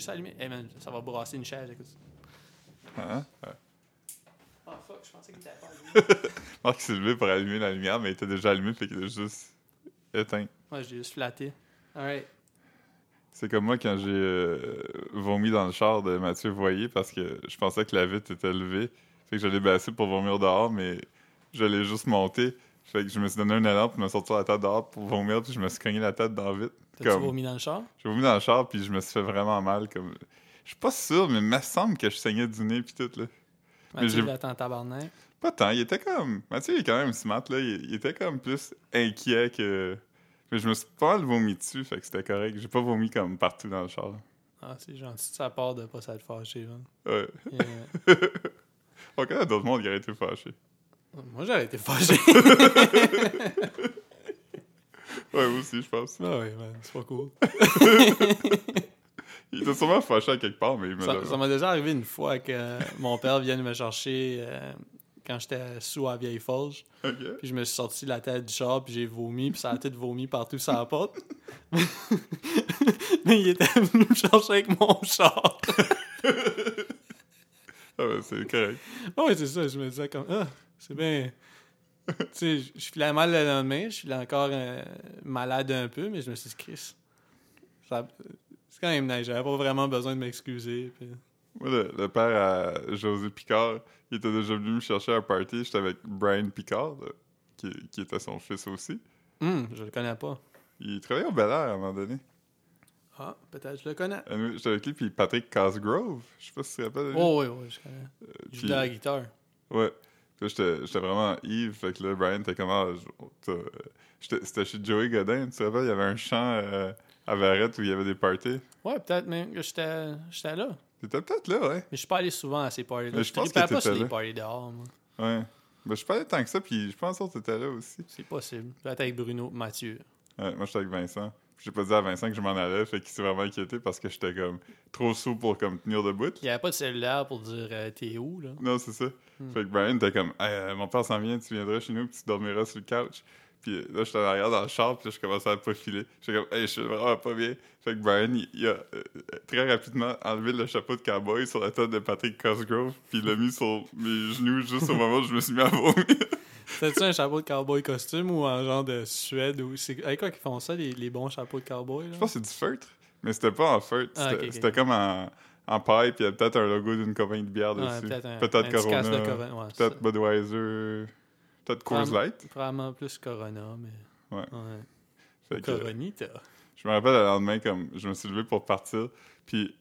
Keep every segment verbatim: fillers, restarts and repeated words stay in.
juste allumé. Hey man, ça va brasser une chaise, écoute. Hein? Ouais. Oh fuck, je pensais qu'il était pas allumé. Marc s'est levé pour allumer la lumière, mais il était déjà allumé, fait qu'il a juste éteint. Ouais, j'ai juste flatté. Alright. C'est comme moi quand j'ai euh, vomi dans le char de Mathieu Voyer parce que je pensais que la vitre était levée. Fait que je l'ai baissé pour vomir dehors, mais je l'ai juste monté. Fait que je me suis donné un élan pour me sortir la tête dehors pour vomir, puis je me suis cogné la tête dans la vitre. T'as-tu Comme... vomi dans le char? J'ai vomi dans le char, puis je me suis fait vraiment mal. Comme... Je suis pas sûr, mais il me semble que je saignais du nez, puis tout, là. Mathieu, j'ai- il attend tabarnak. Pas tant, il était comme... Mathieu, il est quand même smart, là. Il, il était comme plus inquiet que... Mais je me suis pas mal vomi dessus, fait que c'était correct. J'ai pas vomi comme partout dans le char. Ah, c'est gentil de sa part de pas s'être fâché, man. Ouais. Yeah. On connaît d'autres mondes qui auraient été fâchés. Moi, j'aurais été fâché. Ouais, moi aussi, je pense. Ah ouais, man, c'est pas cool. Il était sûrement fâché à quelque part, mais il me Ça, l'a... ça m''a déjà arrivé une fois que mon père vienne me chercher euh, quand j'étais sous à Vieille Forge. Ok. Puis je me suis sorti de la tête du char, puis j'ai vomi, puis ça a tout vomi partout sur la porte. Mais il était venu me chercher avec mon char. Ah ben, c'est correct. Ah ouais, c'est ça, je me disais comme, ah, c'est bien... Tu sais, je je filais mal le lendemain, je filais encore euh, malade un peu, mais je me suis dit, Chris, ça- c'est quand même nice, j'avais pas vraiment besoin de m'excuser. Puis... Moi, le, le père à José Picard, il était déjà venu me chercher à un party. J'étais avec Brian Picard, là, qui, qui était son fils aussi. Hum, je le connais pas. Il travaillait au Bel Air à un moment donné. Ah, peut-être je le connais. Anyway, j'étais avec lui, puis Patrick Cosgrove. Je sais pas si tu te rappelles de lui. Oh oui, oui, je connais. Euh, Je puis- joue de la guitare. Ouais. Puis là, j'étais, j'étais vraiment Yves. Fait que là, Brian était comme... Ah, je- t'as- euh, j'étais- c'était chez Joey Godin, tu te rappelles? Il y avait un champ euh, à Varette où il y avait des parties. Ouais, peut-être même que j'étais j'étais là. T'étais peut-être là, ouais. Mais je suis pas allé souvent à ces parties-là. Mais je Je pense tripais que pas sur t'étais les là. parties dehors, moi. Ouais. Ben, je suis pas allé tant que ça, puis je pense que t'étais là aussi. C'est possible. Peut-être avec Bruno, Mathieu. Ouais, moi, j'étais avec Vincent. J'ai pas dit à Vincent que je m'en allais, fait qu'il s'est vraiment inquiété parce que j'étais comme trop sous pour comme tenir debout. Il y avait pas de cellulaire pour dire euh, t'es où, là. Non, c'est ça. Hmm. Fait que Brian était comme hey, euh, mon père s'en vient, tu viendras chez nous, puis tu dormiras sur le couch. Puis euh, là, j'étais en arrière dans le char, puis là, je commençais à pas filer. J'étais comme hey, je suis vraiment pas bien. Fait que Brian, il, il a euh, très rapidement enlevé le chapeau de cowboy sur la tête de Patrick Cosgrove, puis il l'a mis sur mes genoux juste au moment où je me suis mis à vomir. C'était-tu un chapeau de cowboy costume ou en genre de Suède? Ou... C'est avec quoi qu'ils font ça, les, les bons chapeaux de cowboy? Là? Je pense que c'est du feutre, mais c'était pas en feutre. Ah, C'était, ok, ok. c'était comme en, en paille, puis il y a peut-être un logo d'une compagnie de bière Ouais, dessus. peut-être un, peut-être un petit Corona, casque de Corona. Ouais, c'est peut-être ça. Budweiser, peut-être Coors Probablement- Light. Probablement plus Corona, mais... Ouais. ouais. Fait que, Coronita. je me rappelle le lendemain, comme je me suis levé pour partir, puis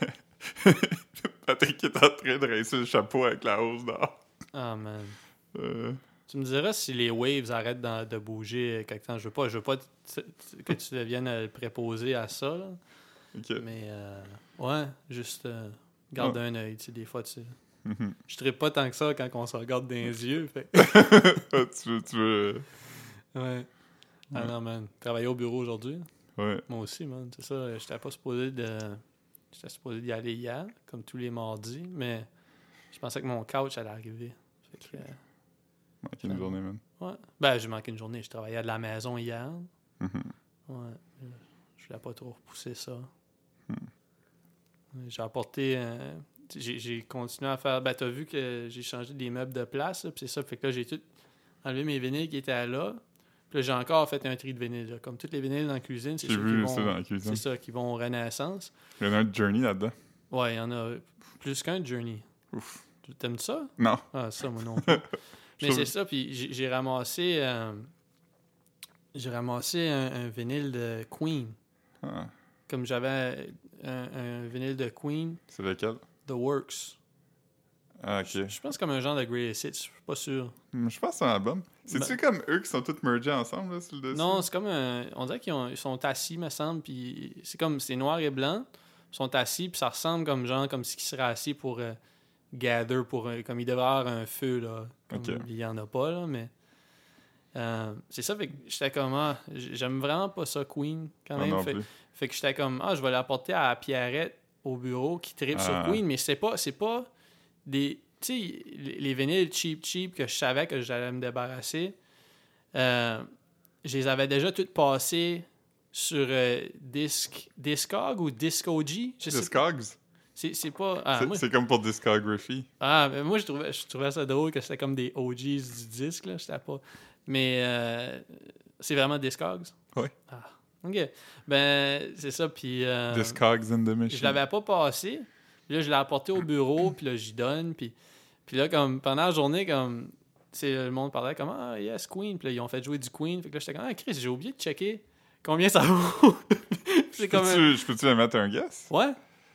Patrick est en train de rincer le chapeau avec la hausse dehors. Ah, man. Euh, Tu me diras si les waves arrêtent d'en- de bouger quelque temps. Je veux pas, je veux pas t- t- que tu deviennes euh, préposé à ça, là. ok. Mais, euh, ouais, juste euh, garde Ouais. un œil, tu sais, des fois, tu sais. Mhm. Je trippe pas tant que ça quand on se regarde dans les yeux, fait. Ah, tu veux. Tu veux Ouais. Ah Ouais. non, man. Travailler au bureau aujourd'hui. ouais. Moi aussi, man. C'est ça, j'étais pas supposé de... J'étais supposé d'y aller hier, comme tous les mardis, mais je pensais que mon couch allait arriver. Fait que, euh, Manqué une journée, man. ouais. Ben, j'ai manqué une journée. Je travaillais de la maison hier. Mhm. Ouais. Je- Je voulais pas trop repousser ça. Hmm. Ouais, J'ai apporté... euh, j'ai, j'ai continué à faire... Ben, t'as vu que j'ai changé des meubles de place, là, puis c'est ça. Fait que là, j'ai tout enlevé mes vinyles qui étaient là. Puis là, j'ai encore fait un tri de vinyles. Là. Comme toutes les vinyles dans la cuisine, c'est J'ai ceux qui vu vont... ça dans la cuisine. C'est ça, qui vont au Renaissance. Il y en a un de Journey là-dedans. Ouais, il y en a plus qu'un Journey. Ouf. Tu- T'aimes ça? Non. Ah, ça, moi non plus. Je Mais trouve- c'est ça, puis j'ai, j'ai ramassé... euh, j'ai ramassé un, un vinyle de Queen. Ah, Comme j'avais un, un vinyle de Queen, c'est lequel? The Works. Ah, Je, ok. je pense comme un genre de Greatest Hits, je suis pas sûr. Hmm, Je pense que c'est un album. C'est-tu comme eux qui sont tous mergés ensemble, là, sur le dessus? Non, c'est comme un... On dirait qu'ils ont- ils sont assis, me semble, puis c'est comme... C'est noir et blanc. Ils sont assis, puis ça ressemble comme genre, comme si ils seraient assis pour euh, gather, pour... euh, comme il devrait y avoir un feu, là. Comme Ok. il y en a pas, là, mais... euh, c'est ça, fait que j'étais comme... Ah, j'aime vraiment pas ça, Queen, quand Moi même. non fait, plus. fait que j'étais comme... Ah, je vais l'apporter à Pierrette au bureau, qui tripe Ah. sur Queen, mais c'est pas... C'est pas des... Tu sais, les les vinyles cheap, cheap, que je savais que j'allais me débarrasser... Euh, je les avais déjà toutes passées sur euh, Disc... Discog ou Discog? Je sais pas. Discogs? C'est, c'est pas... Ah, c'est, moi... c'est comme pour discography. ah mais moi, je trouvais, je trouvais ça drôle que c'était comme des O Gs du disque, là. J'étais pas... Mais euh, c'est vraiment Discogs? Oui. Ah, OK. Ben, c'est ça, puis... Euh, Discogs in the machine. je l'avais pas passé. Puis là, je l'ai apporté au bureau, puis là, j'y donne, puis... Puis là, comme, pendant la journée, comme... Tu sais, le monde parlait comme « Ah, yes, Queen ». Puis là, ils ont fait jouer du Queen. Fait que là, j'étais comme « Ah, Chris, j'ai oublié de checker combien ça vaut. » C'est Je comme... peux-tu, un- je peux-tu le mettre un guess? Ouais.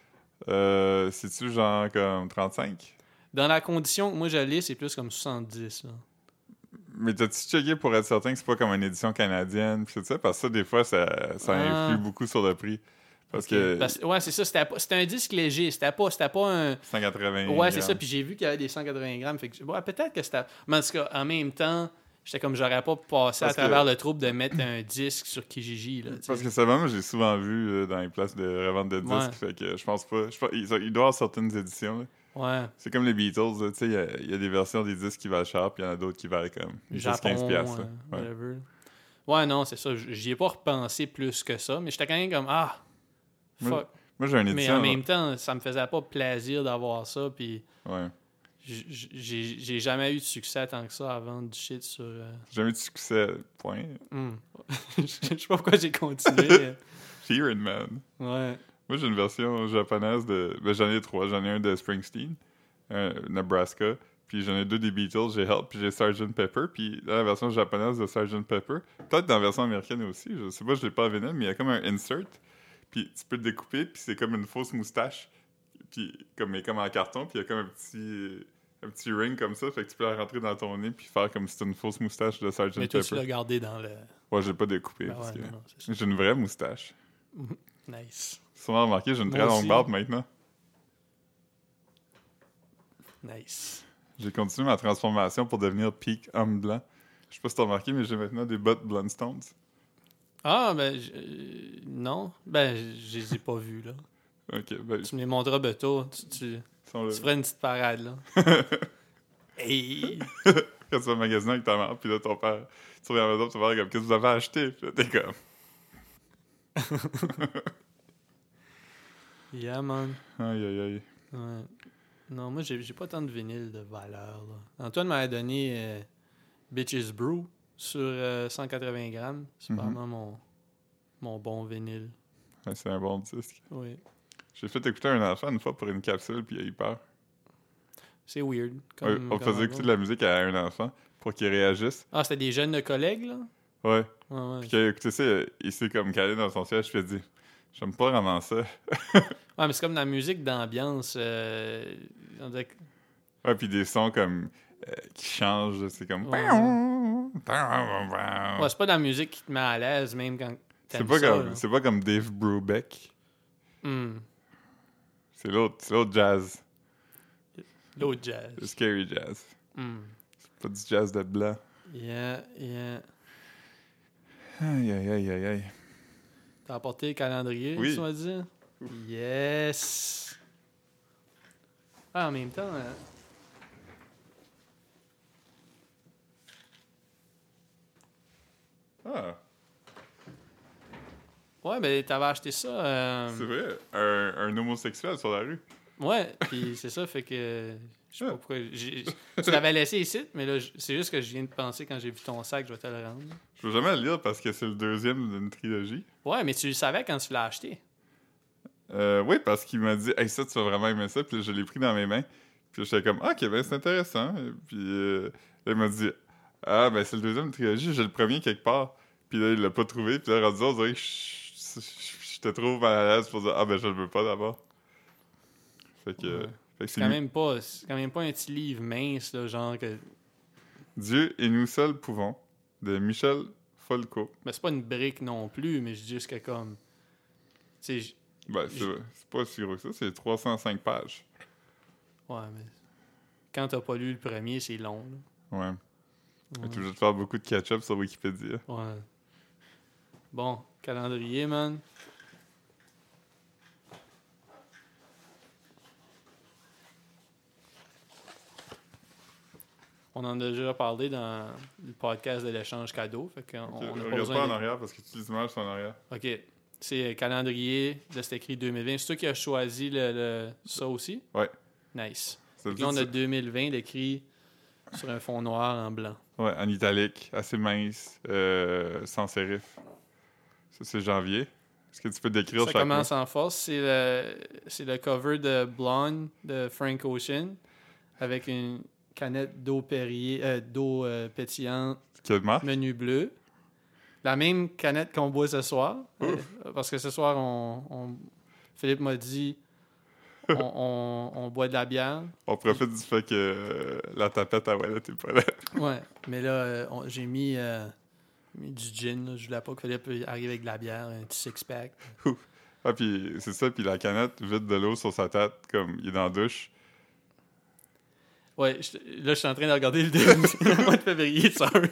Euh, c'est-tu genre comme trente-cinq? Dans la condition que moi, je l'ai, c'est plus comme soixante-dix, là. Mais t'as-tu checké pour être certain que c'est pas comme une édition canadienne pis tout ça? Parce que ça, des fois, ça, ça Ah. influe beaucoup sur le prix. Parce Ok. que Parce- ouais, c'est ça. C'était, pas- c'était un disque léger. C'était pas, c'était pas un... cent quatre-vingts Ouais, c'est grammes. ça. Puis j'ai vu qu'il y avait des cent quatre-vingts grammes. Fait que, ouais, peut-être que c'était... Mais en tout cas, en même temps, j'étais comme, j'aurais pas passé Parce à travers que- le trouble de mettre un disque sur Kijiji, là. tu sais. Parce que ça, moi, j'ai souvent vu euh, dans les places de revente de disques. Ouais. Fait que je pense pas. Je pense, il, il doit y avoir certaines éditions. Là. Ouais. C'est comme les Beatles. là, Tu sais, il y a- il y, a des versions des disques qui valent cher, puis il y en a d'autres qui valent comme dix Japon, quinze piastres. là. euh, Ouais. whatever. Ouais, non, c'est ça. J- J'y ai pas repensé plus que ça. Mais j'étais quand même comme, ah, fuck. Moi, Moi, j'ai une Mais édition. en là. même temps, ça me faisait pas plaisir d'avoir ça. Puis Ouais. j- j- j'ai j'ai jamais eu de succès tant que ça à vendre du shit sur. euh, J'ai jamais eu de succès. Point. hmm. Je sais pas pourquoi j'ai continué. Fear and Man. Ouais. Moi, j'ai une version japonaise de. Ben, j'en ai trois. J'en ai un de Springsteen, un Nebraska, puis j'en ai deux des Beatles. J'ai Help, puis j'ai sergeant Pepper. Puis dans la version japonaise de sergeant Pepper, peut-être dans la version américaine aussi, je sais pas, je l'ai pas à vinyle, mais il y a comme un insert, puis tu peux le découper, puis c'est comme une fausse moustache, puis comme, mais comme en carton, puis il y a comme un petit. Un petit ring comme ça, fait que tu peux la rentrer dans ton nez puis faire comme si c'était une fausse moustache de sergeant Mais toi, tu Pepper. l'as gardé dans le. Ouais, je l'ai pas découpé Ben parce ouais, que non, non, c'est ça. j'ai une vraie moustache. Nice. Sûrement remarqué, j'ai une Moi très longue aussi. barbe maintenant. Nice. J'ai continué ma transformation pour devenir peak homme blanc. Je sais pas si t'as remarqué, mais j'ai maintenant des bottes Blundstones. Ah, ben, j- euh, non. Ben, j- je les ai pas vus, là. Ok, ben, Tu me les montreras bientôt. Tu, tu, ils sont là. tu ferais une petite parade, là. Hey! Quand tu vas magasiner avec ta mère, puis là, ton père, tu reviens à la maison, tu vas voir comme, qu'est-ce que vous avez acheté? Puis là, t'es comme, Yeah, man. aïe, aïe, aïe. Ouais. Non, moi, j'ai j'ai pas tant de vinyle de valeur, là. Antoine m'avait donné euh, Bitches Brew sur euh, cent quatre-vingts grammes. C'est Mhm. vraiment mon, mon bon vinyle. Ouais, c'est un bon disque. Oui. J'ai fait écouter un enfant une fois pour une capsule, puis il a eu peur. C'est weird. Ouais, Comme, on comme faisait écouter de la musique à un enfant pour qu'il réagisse. Ah, c'était des jeunes de collègues, là? Ouais. Ouais, ouais. Puis qu'il a écouté ça, il s'est comme calé dans son siège, puis il a dit, j'aime pas vraiment ça. Ouais, mais c'est comme de la musique d'ambiance. Euh, on dirait que- Ouais, puis des sons comme euh, qui changent, c'est comme. Ouais. Ouais, c'est pas de la musique qui te met à l'aise, même quand c'est t'aimes pas ça, comme, là. c'est pas comme Dave Brubeck. Hmm. C'est l'autre, c'est l'autre jazz, L'autre jazz. le scary jazz. Hmm. C'est pas du jazz de blanc. Yeah, yeah. Aïe aïe aïe aïe aïe. T'as apporté le calendrier, Oui. tu m'as dit? Yes! Ah, en même temps... euh, Ah, Ouais, ben t'avais acheté ça... euh, c'est vrai, un, un homosexuel sur la rue. Ouais, puis c'est ça, fait que... Je sais pas Ah. pourquoi... j'ai- Tu l'avais laissé ici, mais là, je- c'est juste que je viens de penser quand j'ai vu ton sac, je vais te le rendre. Je veux jamais le lire parce que c'est le deuxième d'une trilogie. Ouais, mais tu le savais quand tu l'as acheté. Euh, oui, parce qu'il m'a dit, hey, ça, tu vas vraiment aimer ça. Puis là, je l'ai pris dans mes mains. Puis j'étais comme, ah, ok, ben c'est intéressant. Et puis euh, là, il m'a dit, ah, ben c'est le deuxième trilogie, j'ai le premier quelque part. Puis là, il l'a pas trouvé. Puis là, rendu là, on dirait que je- je- je- j'étais trop mal à l'aise pour dire, ah, ben je le veux pas d'abord. Fait que, Ouais. fait que c'est C'est quand lui. même pas... C'est quand même pas un petit livre mince, là, genre que... Dieu et nous seuls pouvons, de Michel Folco. Ben, c'est pas une brique non plus, mais je dis juste que comme... Tu sais, j- Ben, c'est c'est pas si gros que ça, c'est trois cent cinq pages. ouais, mais... Quand t'as pas lu le premier, c'est long, là. Ouais. Ouais. Tu es obligé de faire beaucoup de catch-up sur Wikipédia. Ouais. Bon, calendrier, man. on en a déjà parlé dans le podcast de l'échange cadeau. Fait qu'on, Okay. on a pas Regarde besoin pas en de... arrière parce que tu les images sont en arrière. OK. C'est calendrier, là, c'est écrit deux mille vingt. C'est toi qui as choisi le, le... ça aussi? Ouais. Nice. Ça Fait dit que là, on a ça. deux mille vingt écrit sur un fond noir en blanc. Ouais, en italique, assez mince, euh, sans sérif. Ça, c'est janvier. Est-ce que tu peux décrire Ça chaque commence mois? en force. C'est le, c'est le cover de Blonde de Frank Ocean avec une canette d'eau Perrier, euh, d'eau euh, pétillante, Quelle marque? menu bleu. La même canette qu'on boit ce soir. euh, parce que ce soir, on, on- Philippe m'a dit on, on, on boit de la bière. On profite du fait que euh, la tapette à Wallet est pas là. Ouais, mais là, euh, on- j'ai mis, euh, mis du gin. Là. Je voulais pas que Philippe arrive avec de la bière, un petit six-pack. Ah, puis c'est ça, puis la canette vide de l'eau sur sa tête, comme il est dans la douche. Ouais, je- là, je suis en train de regarder le, le mois de février, sorry.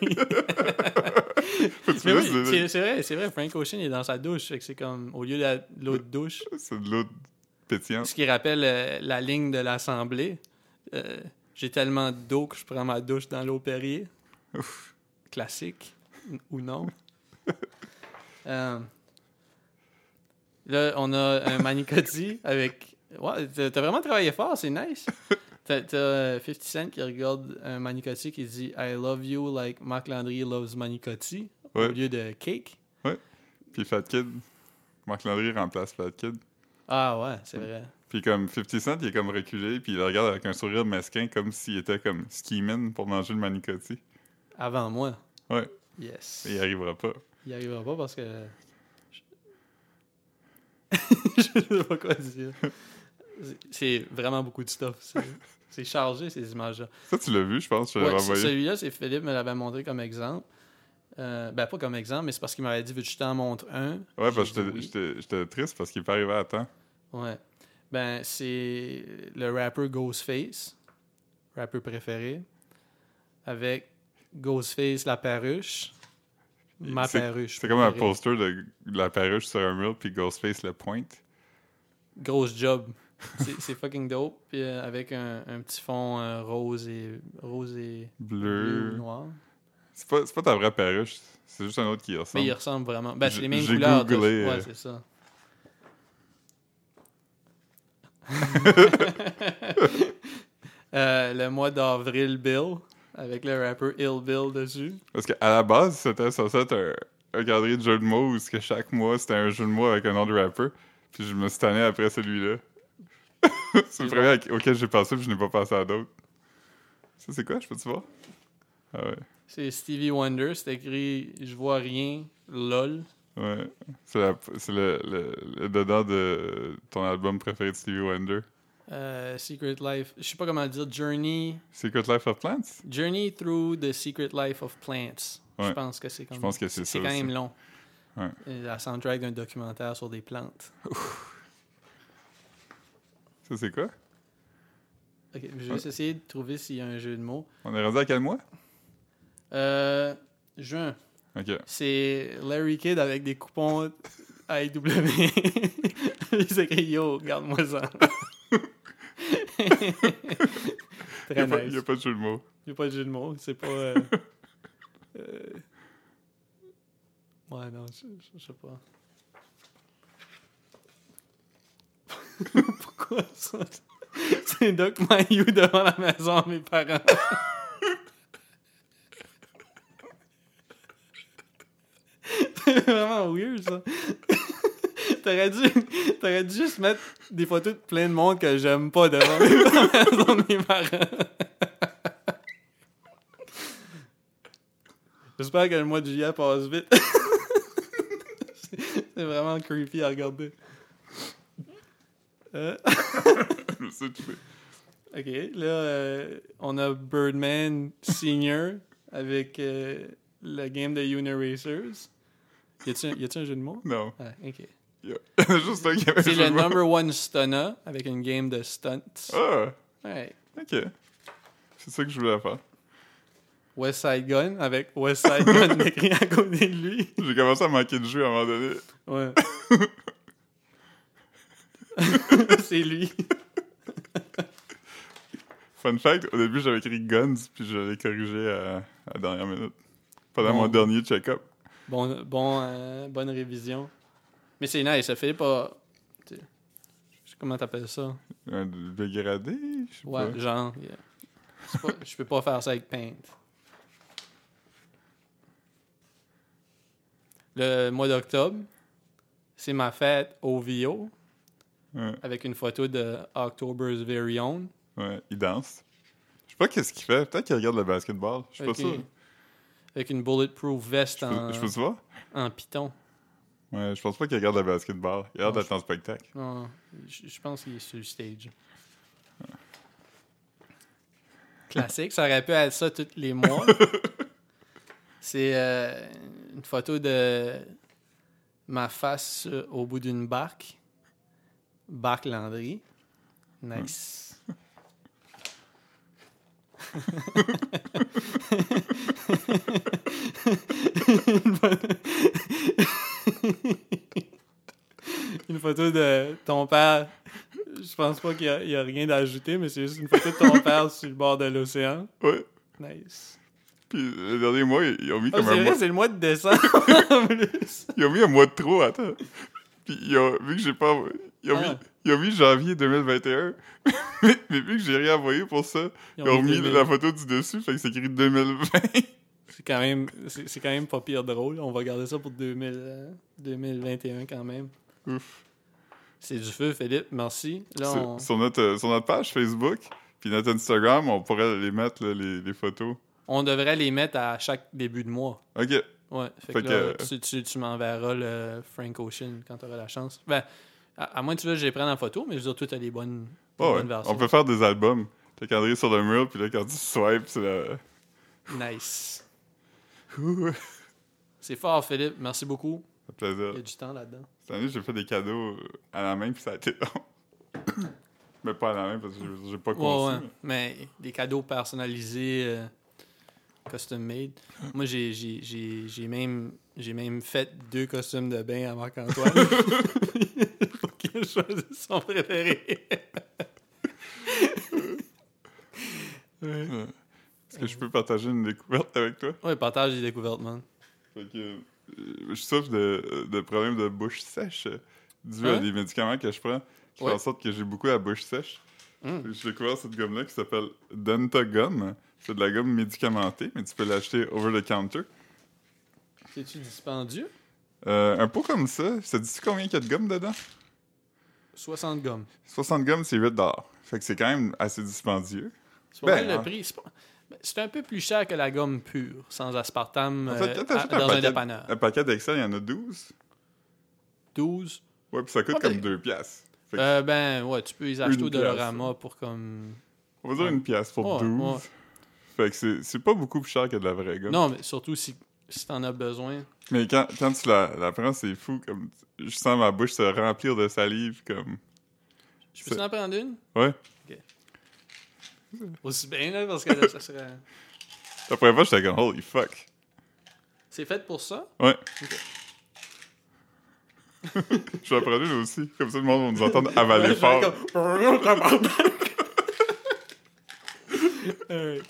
Tu Mais veux oui, juste c'est, dire- c'est vrai, c'est vrai, Frank Ocean il est dans sa douche. Fait que c'est comme, au lieu de la- de l'eau de douche, C'est de l'eau pétillante. ce qui rappelle euh, la ligne de l'Assemblée. Euh, j'ai tellement d'eau que je prends ma douche dans l'eau Perrier. Ouf. Classique, ou non. Euh, là, on a un manicotti avec... Ouais, t'as, t'as vraiment travaillé fort, c'est nice. T'as, t'as euh, fifty Cent qui regarde un manicotti qui dit « I love you like Marc Landry loves manicotti Ouais. au lieu de « cake ». Puis Fat Kid, Marc Landry remplace Fat Kid. Ah ouais, c'est vrai. Puis comme fifty Cent, il est comme reculé, puis il le regarde avec un sourire mesquin, comme s'il était comme skimin pour manger le manicotti. Avant moi. Ouais. Yes. Et il arrivera pas. Il n'y arrivera pas parce que... Je je sais pas quoi dire. C'est- C'est vraiment beaucoup de stuff. C'est, c'est chargé, ces images-là. Ça, tu l'as vu, je pense, je te l'avais Ouais, envoyé. celui-là, c'est Philippe me l'avait montré comme exemple. Euh, ben, pas comme exemple, mais c'est parce qu'il m'avait dit « Veux-tu que je t'en montre un? » Ouais, J'ai parce que dit j'étais- oui. j'étais j'étais triste parce qu'il est pas arrivé à temps. Ouais. Ben, c'est le rapper Ghostface, rappeur préféré, avec Ghostface la perruche, ma C'est- perruche. C'est comme un préférée. poster de la perruche sur un mur, puis Ghostface le pointe. Grosse job. C'est, c'est fucking dope. Puis euh, avec un, un petit fond euh, rose et rose et bleu ou Bleu. noir. C'est pas, c'est pas ta vraie perruche, c'est juste un autre qui y Mais ressemble. il ressemble vraiment. Ben, c'est J'ai- les mêmes j'ai couleurs. de- googlé, Ouais, euh. c'est ça. Euh, le mois d'avril Bill, avec le rapper Ill Bill dessus. Parce qu'à la base, c'était censé être un, un calendrier de jeux de mots où ce que chaque mois, c'était un jeu de mots avec un nom de rapper. Puis je me suis tanné après celui-là. C'est le premier avec- auquel j'ai pensé, puis je n'ai pas pensé à d'autres. Ça, c'est quoi? Je peux-tu voir? Ah ouais. C'est Stevie Wonder, c'est écrit « Je vois rien, lol Ouais. C'est, la- c'est le, le, le dedans de ton album préféré de Stevie Wonder. Euh, Secret Life... » Je sais pas comment le dire. « Journey... Secret Life of Plants? Journey through the Secret Life of Plants. Je Ouais. pense que c'est comme Je pense que c'est C'est ça quand aussi. même long. Ouais. Euh, La soundtrack d'un documentaire sur des plantes. Ça, c'est quoi? Ok, je vais juste essayer de trouver s'il y a un jeu de mots. On est rendu à quel mois? Euh, juin. Ok. C'est Larry Kidd avec des coupons A E W. Il s'écrit Yo, garde-moi ça. Il Très n'y a, pas- nice. y a pas de jeu de mots. Il n'y a pas de jeu de mots. C'est pas. Euh... euh, Ouais, non, je, je- je sais pas. Pourquoi ça? C'est Doc Mayou devant la maison de mes parents. C'est vraiment weird, ça. T'aurais dû, t'aurais dû juste mettre des photos de plein de monde que j'aime pas devant la maison de mes parents. J'espère que le mois de juillet passe vite. c'est, c'est vraiment creepy à regarder. Euh, Je sais, tu fais. ok, là, euh, on a Birdman Senior avec euh, le game de Uniracers. Y a-tu un, y a-tu un jeu de mots? Non. Ah, ok. Y a juste un qui avait un C'est jeu le de mots. number one stunner avec une game de stunts. Ah, Ouais. ok. C'est ça que je voulais faire. West Side Gun avec West Side Gun écrit à côté de lui. J'ai commencé à manquer de jus à un moment donné. Ouais. C'est lui. Fun fact, au début, j'avais écrit Guns, puis je l'ai corrigé à, à la dernière minute. Pendant Bon. mon dernier check-up. Bon, bon, euh, bonne révision. Mais c'est nice, ça fait pas... tu sais, comment t'appelles ça? Un dégradé, je sais Ouais, pas. genre... yeah. C'est pas- Je peux pas faire ça avec Paint. Le mois d'octobre, c'est ma fête au V O, Ouais, avec une photo de October's Very Own. ouais, il danse. Je sais pas qu'est-ce qu'il fait. Peut-être qu'il regarde le basketball. Je suis pas Avec, sûr. une- avec une bulletproof vest Je peux, en, je peux te voir? en python. Ouais, je pense pas qu'il regarde le basketball. Il a l'air Non, d'être en spectacle. Non, je, je pense qu'il est sur le stage. Classique, ça aurait pu être ça tous les mois. C'est euh, une photo de ma face euh, au bout d'une barque. Barque Landry. Nice. une, photo... une photo de ton père. Je pense pas qu'il y, a, il y a rien d'ajouter, mais c'est juste une photo de ton père sur le bord de l'océan. Ouais. Nice. Puis le dernier mois, ils ont mis Ah, comme c'est un vrai, mois. c'est le mois de décembre en plus. Ils ont mis un mois de trop, attends. Puis ils ont, vu que j'ai pas. Ils ont, Ah. mis, ils ont mis janvier deux mille vingt et un. mais, mais vu que j'ai rien envoyé pour ça, ils ont, mis deux mille. la photo du dessus, fait que c'est écrit deux mille vingt. C'est quand même c'est, c'est quand même pas pire drôle. On va garder ça pour deux mille, euh, deux mille vingt et un quand même. Ouf. C'est du feu, Philippe. Merci. Là, Sur, on, sur notre, euh, sur notre page Facebook, puis notre Instagram, on pourrait les mettre, là, les, les photos. on devrait les mettre à chaque début de mois. OK. Ouais. Fait, Fait que, là, que- tu, tu, tu m'enverras le Frank Ocean quand tu auras la chance. Ben, à, à moins que tu veux que je les prenne en photo, mais je veux dire, toi, t'as les bonnes, les Ouais, ouais. bonnes versions. On peut faire des albums. T'as cadré sur le mur, puis là, quand tu swipes, c'est la... Nice. Ouh, C'est fort, Philippe. Merci beaucoup. ça fait plaisir. Il y a du temps là-dedans. Cette année, j'ai fait des cadeaux à la main, puis ça a été long. Mais pas à la main, parce que j'ai- j'ai pas Ouais, conçu. ouais. Mais des cadeaux personnalisés, euh, custom made. Moi, j'ai, j'ai, j'ai, j'ai même j'ai même fait deux costumes de bain à Marc-Antoine. Pour qu'il choisisse son préféré. ouais. Ouais. Est-ce que je peux partager une découverte avec toi? ouais, partage des découvertes, man. Fait que, euh, je souffre de, de problèmes de bouche sèche euh, dû à Hein? des médicaments que je prends qui Ouais. font en sorte que j'ai beaucoup la bouche sèche. Mm. J'ai découvert cette gomme-là qui s'appelle Dentagum. C'est de la gomme médicamentée, mais tu peux l'acheter over the counter. C'est-tu dispendieux? Euh, un pot comme ça, ça dit combien qu'il y a de gomme dedans? soixante gommes. soixante gommes, c'est huit dollars. Fait que c'est quand même assez dispendieux. C'est pas Ben, mal le hein. prix. C'est, pas- ben, c'est un peu plus cher que la gomme pure, sans aspartame, En fait, euh, quand t'achètes à- un dans un paquet, dépanneur. un paquet d'Excel, il y en a douze. douze. Ouais, puis ça coûte Ah, comme ben- deux piastres. Fait que, Euh, ben, ouais, tu peux les acheter Une au pièce. Dollarama pour comme... on va dire ouais. une pièce pour Ouais, douze. ouais. Fait que c'est, c'est pas beaucoup plus cher que de la vraie gomme. Non, mais surtout si, si t'en as besoin. Mais quand, quand tu la, la prends, c'est fou. Comme, je sens ma bouche se remplir de salive. Comme... Je peux C'est- t'en prendre une? Ouais. Aussi bien, là, parce que là, ça serait... La première fois, j'étais comme, holy fuck. C'est fait pour ça? Ouais. Ok. Je vais en prendre une aussi. Comme ça, le monde va nous entendre avaler Ouais, fort. comme- Alright.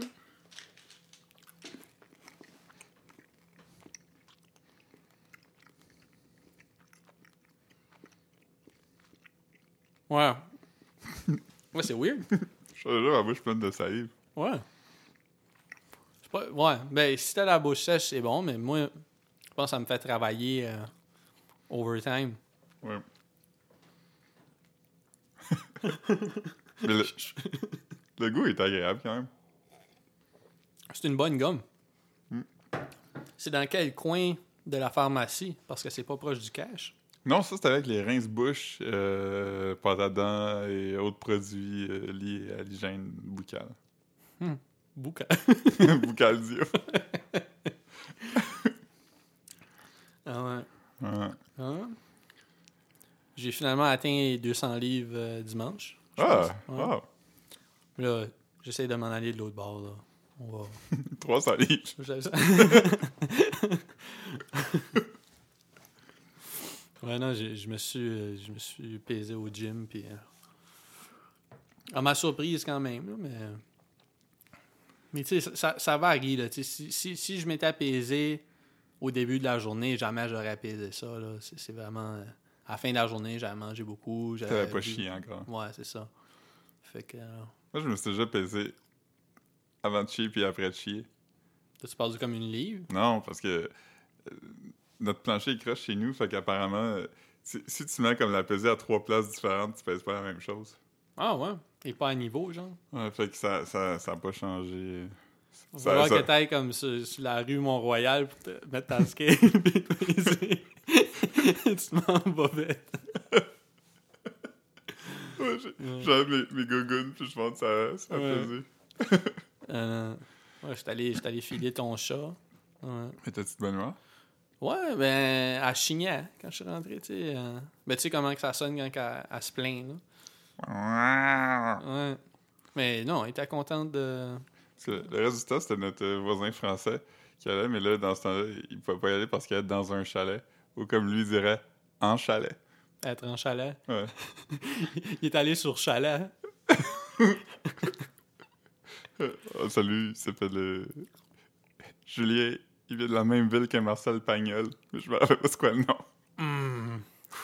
Ouais. Ouais, c'est weird. J'ai déjà ma bouche pleine de salive. Ouais. C'est pas... Ouais, ben si t'as la bouche sèche, c'est bon, mais moi, je pense que ça me fait travailler euh, overtime. Ouais. Mais le, le goût est agréable quand même. C'est une bonne gomme. Mm. C'est dans quel coin de la pharmacie? Parce que c'est pas proche du cash. Non, ça, c'est avec les rince-bouches, euh, pâte à dents et autres produits euh, liés à l'hygiène buccale. Bouca. Buccal-dio. Ah ouais. Ouais. Ah. J'ai finalement atteint les deux cents livres euh, dimanche. je Ah, pense. Ouais. wow. Là, j'essaie de m'en aller de l'autre bord. Là. On va... trois cents livres. J'aime ça. ouais, non, j'ai- je me suis euh, je me suis pesé au gym, puis euh, À ma surprise, quand même, là, mais... Mais tu sais, ça, ça varie, là. Si, si, si je m'étais apaisé au début de la journée, jamais j'aurais apaisé ça, là. C'est, c'est vraiment... Euh, à la fin de la journée, j'avais mangé beaucoup. J'avais T'avais pas vu... chié encore. Ouais, c'est ça. Fait que... Euh... Moi, je me suis déjà pesé avant de chier puis après de chier. Tu parles comme une livre? Non, parce que euh, notre plancher est croche chez nous, fait qu'apparemment, euh, si, si tu mets comme la pesée à trois places différentes, tu pèses pas la même chose. Ah ouais? Et pas à niveau, genre? Ouais, fait que ça ça, ça a pas changé. Il va Ça, falloir ça... que t'ailles comme sur, sur la rue Mont-Royal pour te mettre ta skate et te briser. Tu te mets en bobette. Ouais, j'enlève mes, mes gougounes puis je monte ça, ça Ouais. a pesé. euh, ouais, je suis allé, allé filer ton chat. Ouais. Mais t'as-tu de bonne humeur? Ouais, ben, elle chignait quand je suis rentré, tu sais. Euh... Ben, tu sais comment que ça sonne quand elle, elle se plaint, là. Ouais. Mais non, elle était contente de... Parce que le reste du temps, c'était notre voisin français qui allait, mais là, dans ce temps-là, il pouvait pas y aller parce qu'il était dans un chalet. Ou comme lui dirait, en chalet. Être en chalet. Ouais. Il est allé sur chalet. Oh, salut, il s'appelle euh... Julien. Il vient de la même ville que Marcel Pagnol. Mais je me rappelle pas c'est quoi le nom. Mm.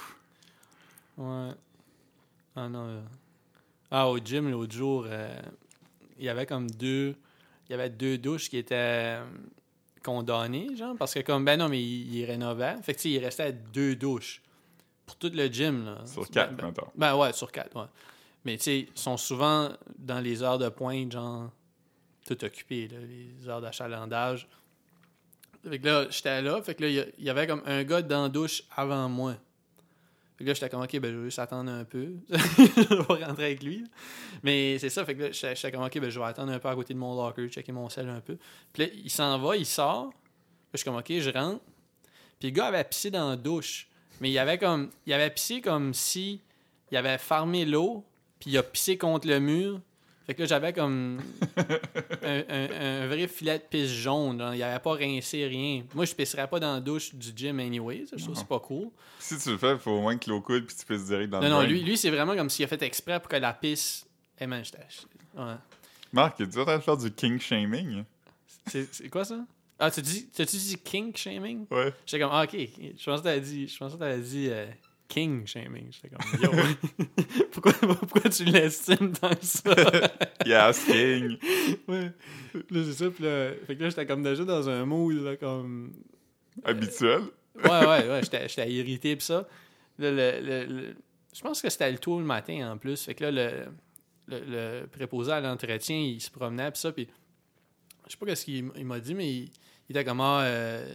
Ouais. Ah non. Euh... Ah, au gym, l'autre jour, euh, il y avait comme deux... Il y avait deux douches qui étaient euh, condamnées, genre, parce que comme, ben non, mais il, il rénovait. Fait que, tu sais, il restait deux douches pour tout le gym, là. Sur quatre, ben, mettons. Ben, ben ouais, sur quatre, ouais. Mais, tu sais, ils sont souvent dans les heures de pointe, genre, tout occupés, là, les heures d'achalandage. Fait que là, j'étais là, fait que là, il y avait comme un gars dans la douche avant moi. Fait que là, j'étais comme, OK, ben, je vais juste attendre un peu. Je vais rentrer avec lui. Mais c'est ça, fait que là, j'étais, j'étais comme, OK, ben, je vais attendre un peu à côté de mon locker, checker mon sel un peu. Puis là, il s'en va, il sort. Puis je suis comme, OK, je rentre. Puis le gars avait pissé dans la douche. Mais il avait comme, il avait pissé comme si il avait fermé l'eau, puis il a pissé contre le mur. Fait que là, j'avais comme un, un, un vrai filet de pisse jaune. Là. Il avait pas rincé rien. Moi, je pisserais pas dans la douche du gym anyway. Ça, je trouve que c'est pas cool. Si tu le fais, il faut au moins que l'eau coule puis tu pisses direct dans non, le Non, drain. non, lui, lui c'est vraiment comme s'il a fait exprès pour que la pisse... Eh man, j'étais... Ouais. Marc, es-tu en train de faire du king shaming? C'est, c'est quoi ça? Ah, tu dis, tu dis kink shaming? Ouais. J'étais comme, ah, OK. Je pensais que t'avais dit... Je pensais que t'avais dit... Euh... King shaming. J'étais comme, yo, pourquoi, pourquoi tu l'estimes tant que ça? Yes, king. Ouais. Là, c'est ça. Puis là, fait que là, j'étais comme déjà dans un mood, là, comme... Habituel? Ouais, ouais, ouais. J'étais, j'étais irrité, pis ça. Là, le, le, le, je pense que c'était le tôt le matin, en plus. Fait que là, le, le, le préposé à l'entretien, il se promenait, pis ça, puis je sais pas ce qu'il il m'a dit, mais il, il était comme, ah, euh,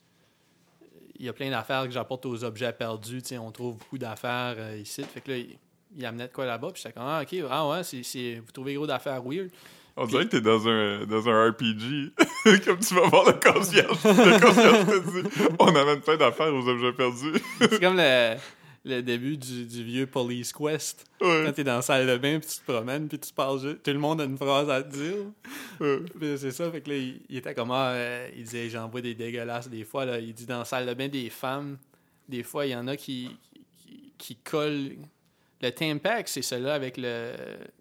il y a plein d'affaires que j'apporte aux objets perdus. T'sais, on trouve beaucoup d'affaires euh, ici. Fait que là, il, il amenait de quoi là-bas. Puis j'étais comme, ah, OK, ah ouais, c'est, c'est, vous trouvez gros d'affaires weird. On Puis... dirait que t'es dans un, dans un R P G. Comme tu vas voir le concierge. Le concierge te dit, on amène plein d'affaires aux objets perdus. C'est comme le, le début du, du vieux Police Quest. Ouais. Quand t'es dans la salle de bain, puis tu te promènes, puis tu parles juste. Tout le monde a une phrase à te dire. Ouais. Puis c'est ça, fait que là, il, il était comme, ah, euh, il disait, j'envoie des dégueulasses des fois. Là. Il dit, dans la salle de bain des femmes, des fois, il y en a qui, qui, qui collent. Le Tampax, c'est celui-là avec le.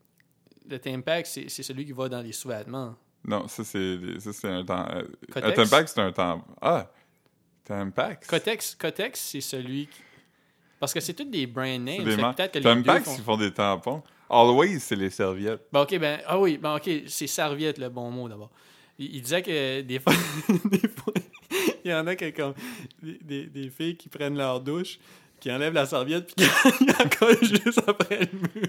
Le Tampax, c'est, c'est celui qui va dans les sous-vêtements. Non, ça c'est, ça, c'est un temps. Euh, un Cotex? Tampax, c'est un temps. Ah! Tampax? Cotex, Cotex, c'est celui qui. Parce que c'est tous des brand names. C'est des fait marques. peut-être que les Tampax, deux font... ils font des tampons. Always, c'est les serviettes. Ben, OK, ben. Ah oui, ben, OK, c'est serviette, le bon mot d'abord. Il, il disait que des fois. des fois il y en a qui, comme. Des, des, des filles qui prennent leur douche, qui enlèvent la serviette, puis qui la collent juste après le mur.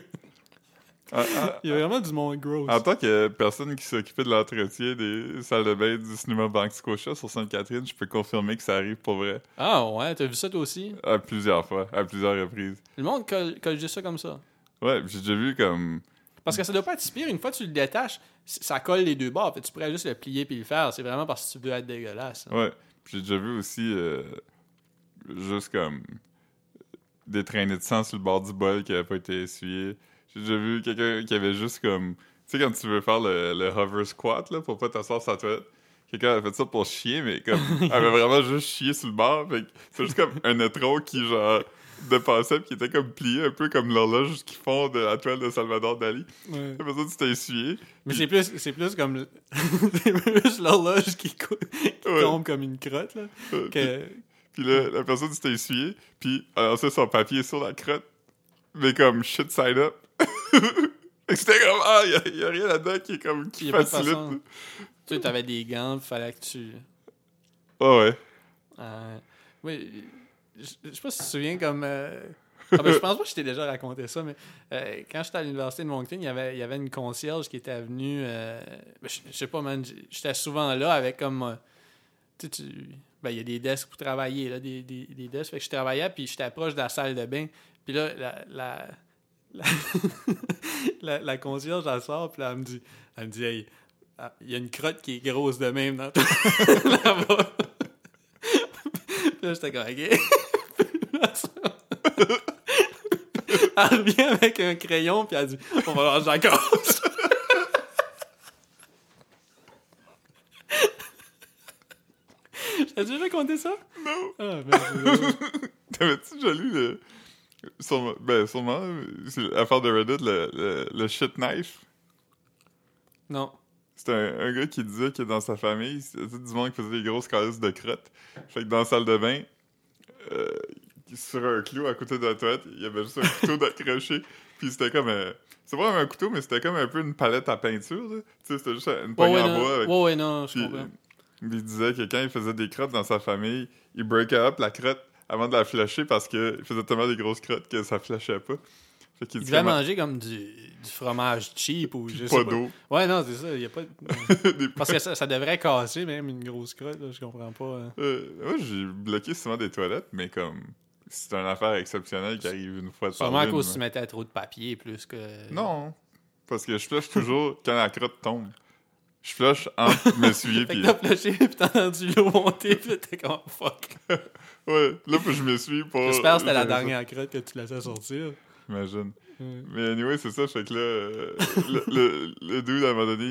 Ah, ah, Il y a vraiment du monde gross. En tant que personne qui s'occupait de l'entretien des salles de bain du cinéma Banque Scotia sur Sainte-Catherine, je peux confirmer que ça arrive pour vrai. Ah ouais, t'as vu ça toi aussi? À plusieurs fois, à plusieurs reprises. Le monde colle, colle juste ça comme ça. Ouais, j'ai déjà vu comme... Parce que ça doit pas être si pire. Une fois que tu le détaches, ça colle les deux bords. Fait, tu pourrais juste le plier puis le faire. C'est vraiment parce que tu veux être dégueulasse. Hein. Ouais, j'ai déjà vu aussi euh, juste comme des traînées de sang sur le bord du bol qui n'avaient pas été essuyées. J'ai déjà vu quelqu'un qui avait juste comme... Tu sais, quand tu veux faire le, le hover squat, là, pour pas t'asseoir sur la toilette, quelqu'un avait fait ça pour chier, mais comme... avait vraiment juste chié sur le bord, fait que c'est juste comme un étron qui, genre... dépassait pis qui était comme plié, un peu comme l'horloge qu'ils font de la toile de Salvador Dali. Ouais. Après ça, tu t'es essuyé. Mais pis- c'est plus, c'est plus comme... l- c'est plus l'horloge qui, cou- qui Ouais. tombe comme une crotte, là. euh, Que... Puis là, la personne s'était essuyée, puis alors ça, son papier sur la crotte, mais comme shit side up. Fait que c'était comme, ah, y a, y a rien là-dedans qui est comme, qui Y a pas de facilite. façon. Tu sais, t'avais des gants, fallait que tu... Ah ouais. Euh, oui, je je sais pas si tu te souviens comme... euh, Ah ben, je pense pas que je t'ai déjà raconté ça, mais euh, quand j'étais à l'université de Moncton, il y avait, il y avait une concierge qui était venue... euh, ben, je, je sais pas, man, j- j'étais souvent là avec comme... euh, tu sais, tu- ben, il y a des desks pour travailler, là, des, des, des desks. Fait que je travaillais, puis j'étais proche de la salle de bain. Puis là, la... la la, la, la concierge, elle sort, puis là, elle me dit, elle me dit, hey, ah, il y a une crotte qui est grosse de même dans toi, là-bas. Puis là, j'étais comme, OK. Elle revient avec un crayon, puis elle dit, on va ranger la casse. J'ai déjà raconté ça? Non. Ah, merde. T'avais-tu déjà lu le. Sûrement, ben, sûrement, c'est l'affaire de Reddit, le, le, le shit knife. Non. C'était un, un gars qui disait que dans sa famille, c'était du monde qui faisait des grosses calices de crottes. Fait que dans la salle de bain, euh, sur un clou à côté de la toilette, il y avait juste un couteau d'accroché. Puis c'était comme un. C'est pas vraiment un couteau, mais c'était comme un peu une palette à peinture. là. Tu sais, c'était juste une Ouais, poignée ouais, en non. bois. Avec... Ouais, ouais, non, je Puis, comprends. il disait que quand il faisait des crottes dans sa famille, il breakait up la crotte avant de la flasher parce qu'il faisait tellement des grosses crottes que ça flashait pas. Fait qu'il Il dit devait comment- manger comme du, du fromage cheap ou je pas sais pas. d'eau. Ouais, non, c'est ça. Il y a pas de- Des- Parce que ça, ça devrait casser, même, une grosse crotte. Là, je comprends pas. hein. Euh, moi, j'ai bloqué souvent des toilettes, mais comme c'est une affaire exceptionnelle qui arrive une fois de par Sûrement à lune, cause que là. tu mettais trop de papier plus que... Non, parce que je flush toujours quand la crotte tombe. Je flush entre m'essuyer Fait puis que t'as flushé, pis t'as entendu l'eau monter, pis t'es comme oh, fuck. ouais, là faut que je m'essuie pour. J'espère que c'était la gérer ça. dernière crotte que tu laissais sortir. J'imagine. Ouais. Mais anyway, c'est ça, fait que là, euh, le, le, le dude, à un moment donné,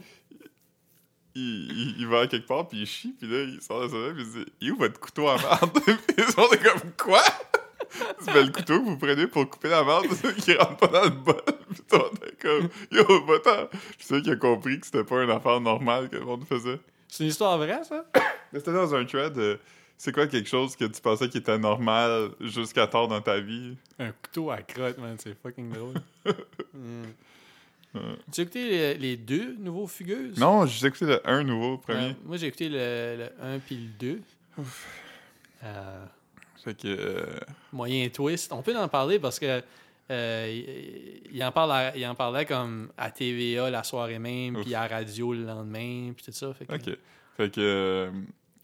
il, il, il va à quelque part, puis il chie, puis là, il sort de sa main, puis il dit « Il est où votre couteau à merde? » Puis ils sont comme « Quoi? » C'est ben, le couteau que vous prenez pour couper la merde qui rentre pas dans le bol. Puis toi, t'es comme « Yo, va-t'en! » Puis c'est là qu'il a compris que c'était pas une affaire normale que le monde faisait. C'est une histoire vraie, ça? Mais c'était dans un thread, euh, c'est quoi quelque chose que tu pensais qui était normal jusqu'à tard dans ta vie? Un couteau à crotte, man, c'est fucking drôle. Mm. Ouais. Tu as écouté les, les deux nouveaux Fugueuses? Non, j'ai écouté le un nouveau, premier. Euh, moi, j'ai écouté le, le un puis le deux. Euh, Fait que... euh, moyen twist. On peut en parler parce que euh, il, il en parle à- il en parlait comme à T V A la soirée même, Ouf. puis à radio le lendemain, puis tout ça. Fait que, OK. Fait que... euh,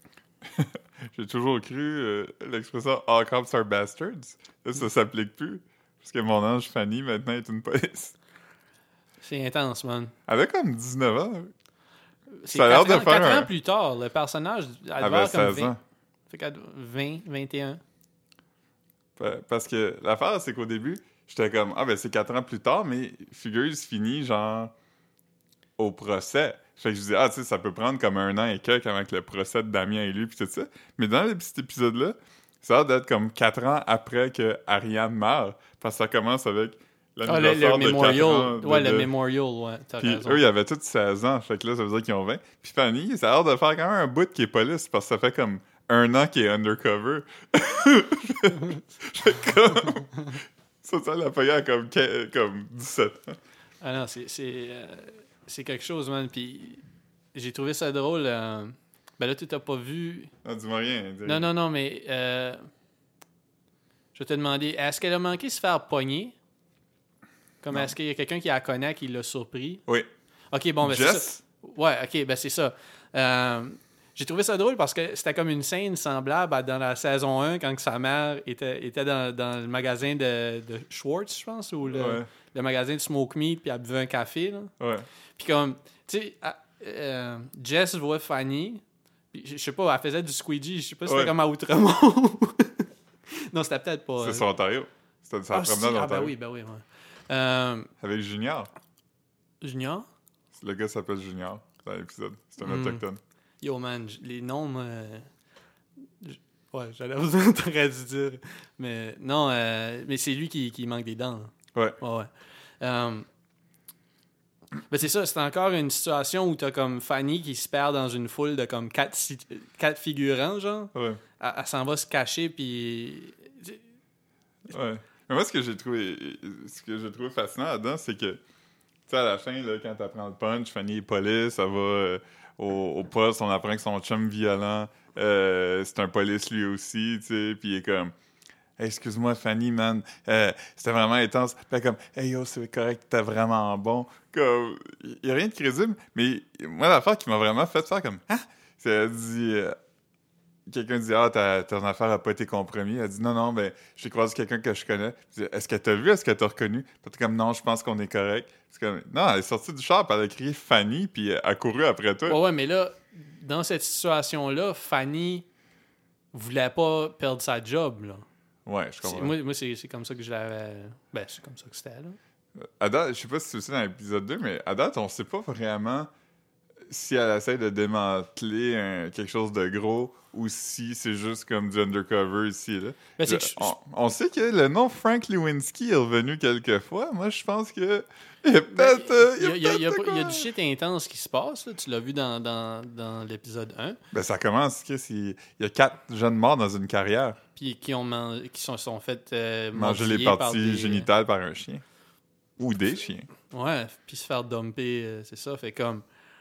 j'ai toujours cru euh, l'expression « All cops are bastards ». Là, ça s'applique plus. Parce que mon ange Fanny, maintenant, est une police. C'est intense, man. Elle a comme dix-neuf ans. C'est Ça a l'air quatre de ans, faire quatre un- ans plus tard, le personnage elle Elle devait avait avoir comme seize vingt. ans. Fait qu'elle doit- vingt, vingt et un. Pa- Parce que l'affaire, c'est qu'au début, j'étais comme « Ah, ben c'est quatre ans plus tard, mais Fugueuse finit, genre, au procès. » Fait que je dis « Ah, tu sais, ça peut prendre comme un an et quelques avant que le procès de Damien ait lieu, puis tout ça. » Mais dans le petit épisode-là, ça a l'air d'être comme quatre ans après que Ariane meurt, parce que ça commence avec Ah, le, l'anniversaire le de quatre ans. Memorial. de- Ouais, de- le Memorial, ouais. T'as Puis raison. eux, ils avaient tous seize ans, fait que là, ça veut dire qu'ils ont vingt. Puis Fanny, ça a l'air de faire quand même un bout qui est police, parce que ça fait comme un an qu'il est undercover. fait que comme... Ça, ça l'a payé à comme, que- comme dix-sept ans. Ah non, c'est, c'est, euh, c'est quelque chose, man. Puis j'ai trouvé ça drôle. euh, Ben là, tu t'as pas vu. Non, dis-moi rien. dis Non, rien. non, non, mais euh, je vais te demander, est-ce qu'elle a manqué de se faire pogner? Comme Non. est-ce qu'il y a quelqu'un qui la connaît qui l'a surpris? Oui. Ok, bon, ben c'est ça. Jess? Ouais, ok, ben c'est ça. Euh, j'ai trouvé ça drôle parce que c'était comme une scène semblable à dans la saison un quand que sa mère était, était dans, dans le magasin de, de Schwartz, je pense, ou le, Ouais. le magasin de Smoke Meat, puis elle buvait un café. Là. Ouais. Puis comme, tu sais, à- euh, Jess voit Fanny, puis je je sais pas, elle faisait du squeegee, je sais pas si Ouais. c'était comme à Outremont. Non, c'était peut-être pas. C'est euh, sur Ontario. C'était sa ah, si, promenade ah, ben d'Ontario. oui, ben oui, ouais. Euh, Avec Junior. Junior? Le gars s'appelle Junior dans l'épisode. C'est un Hmm. autochtone. Yo, man, j- les noms, euh, j- Ouais, j'allais vous t'aurais dû dire. Mais non, euh, mais c'est lui qui, qui manque des dents. Là. Ouais. Ouais, ouais. Euh, ben c'est ça, c'est encore une situation où t'as comme Fanny qui se perd dans une foule de comme quatre, si- quatre figurants, genre. Ouais. Elle, elle s'en va se cacher, puis... Ouais. Mais moi, ce que j'ai trouvé, ce que j'ai trouvé fascinant là-dedans, c'est que, tu sais, à la fin, là, quand t'apprends le punch, Fanny est police, elle va euh, au, au poste, on apprend que son chum violent, euh, c'est un police lui aussi, tu sais, puis il est comme... Hey, excuse-moi, Fanny, man. Euh, c'était vraiment intense. Puis elle est comme, hey yo, c'est correct, t'es vraiment bon. Comme, il n'y a rien de crédible. Mais moi, l'affaire qui m'a vraiment fait faire comme, ah! C'est, elle dit, euh, quelqu'un dit, ah, ta, ton affaire n'a pas été compromise. Elle dit, non, non, ben, j'ai croisé quelqu'un que je connais. Je dis, est-ce qu'elle t'a vu? Est-ce qu'elle t'a reconnu? Puis t'es comme, non, je pense qu'on est correct. C'est comme, non, elle est sortie du char, puis elle a crié Fanny, puis elle a couru après toi. Ouais, ouais, mais là, dans cette situation-là, Fanny voulait pas perdre sa job, là. Ouais, je C'est- comprends. moi, moi c'est, c'est comme ça que je l'avais... Ben, c'est comme ça que c'était, là. À date, je sais pas si c'est aussi dans l'épisode deux, mais à date, on sait pas vraiment si elle essaie de démanteler un- quelque chose de gros ou si c'est juste comme du undercover ici et là. Ben, c'est Je- que je- on, on sait que le nom Frank Lewinsky est revenu quelques fois. Moi, je pense que il y a peut-être... euh, Il y a, il y a- il y a peut-être pas- il y a quoi. du shit intense qui se passe, là. Tu l'as vu dans, dans, dans l'épisode un. Ben, ça commence, Chris, il, il y a quatre jeunes morts dans une carrière. Puis qui ont man- qui sont, sont fait euh, Manger les mordiller par parties des- génitales par un chien. Ou des chiens. Ouais, puis se faire dumper, euh, c'est ça. Fait comme...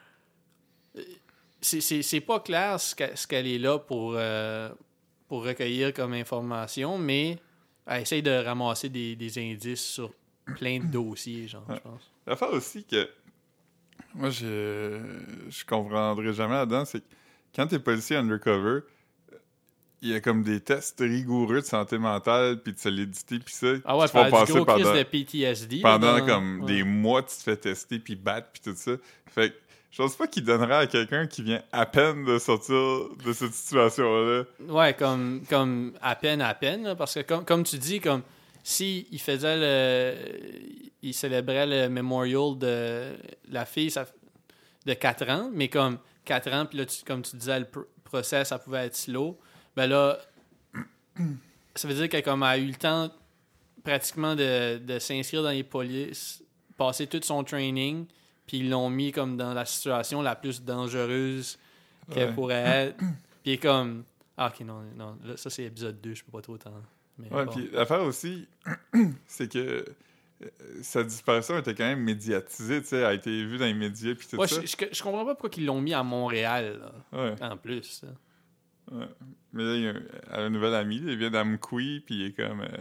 euh, C'est, c'est, c'est pas clair ce, qu'elle- ce qu'elle est là pour, euh, pour recueillir comme information, mais elle essaye de ramasser des, des indices sur plein de dossiers, genre, je pense. L'affaire aussi que moi je je comprendrai jamais là-dedans, c'est que quand t'es policier undercover, il y a comme des tests rigoureux de santé mentale puis de solidité puis ça Ah ouais, qui te font faire du passer gros crise pendant, de P T S D. là, pendant dans- comme ouais. des mois tu te fais tester puis battre puis tout ça. Fait que je pense pas qu'il donnerait à quelqu'un qui vient à peine de sortir de cette situation-là. Ouais, comme, comme à peine, à peine, là, parce que comme, comme tu dis, comme si il faisait le... Il célébrait le memorial de la fille ça, de quatre ans, mais comme quatre ans, puis là, tu- comme tu disais, le pr- procès, ça pouvait être slow, ben là, ça veut dire qu'elle comme, a eu le temps pratiquement de, de s'inscrire dans les polices, passer tout son training, puis ils l'ont mis comme dans la situation la plus dangereuse qu'elle Ouais. pourrait être. Puis il est comme... Ah, ok, non, non là, ça c'est épisode deux, je peux pas trop t'en... Mais Ouais, bon. puis l'affaire aussi, c'est que euh, sa disparition était quand même médiatisée, tu sais, a été vue dans les médias puis tout Ouais, ça. je, je, je comprends pas pourquoi ils l'ont mis à Montréal, là, Ouais. en plus. là. Ouais. Mais là, il y a un, elle a un nouvel ami, il vient d'Amqui, puis il est comme... euh,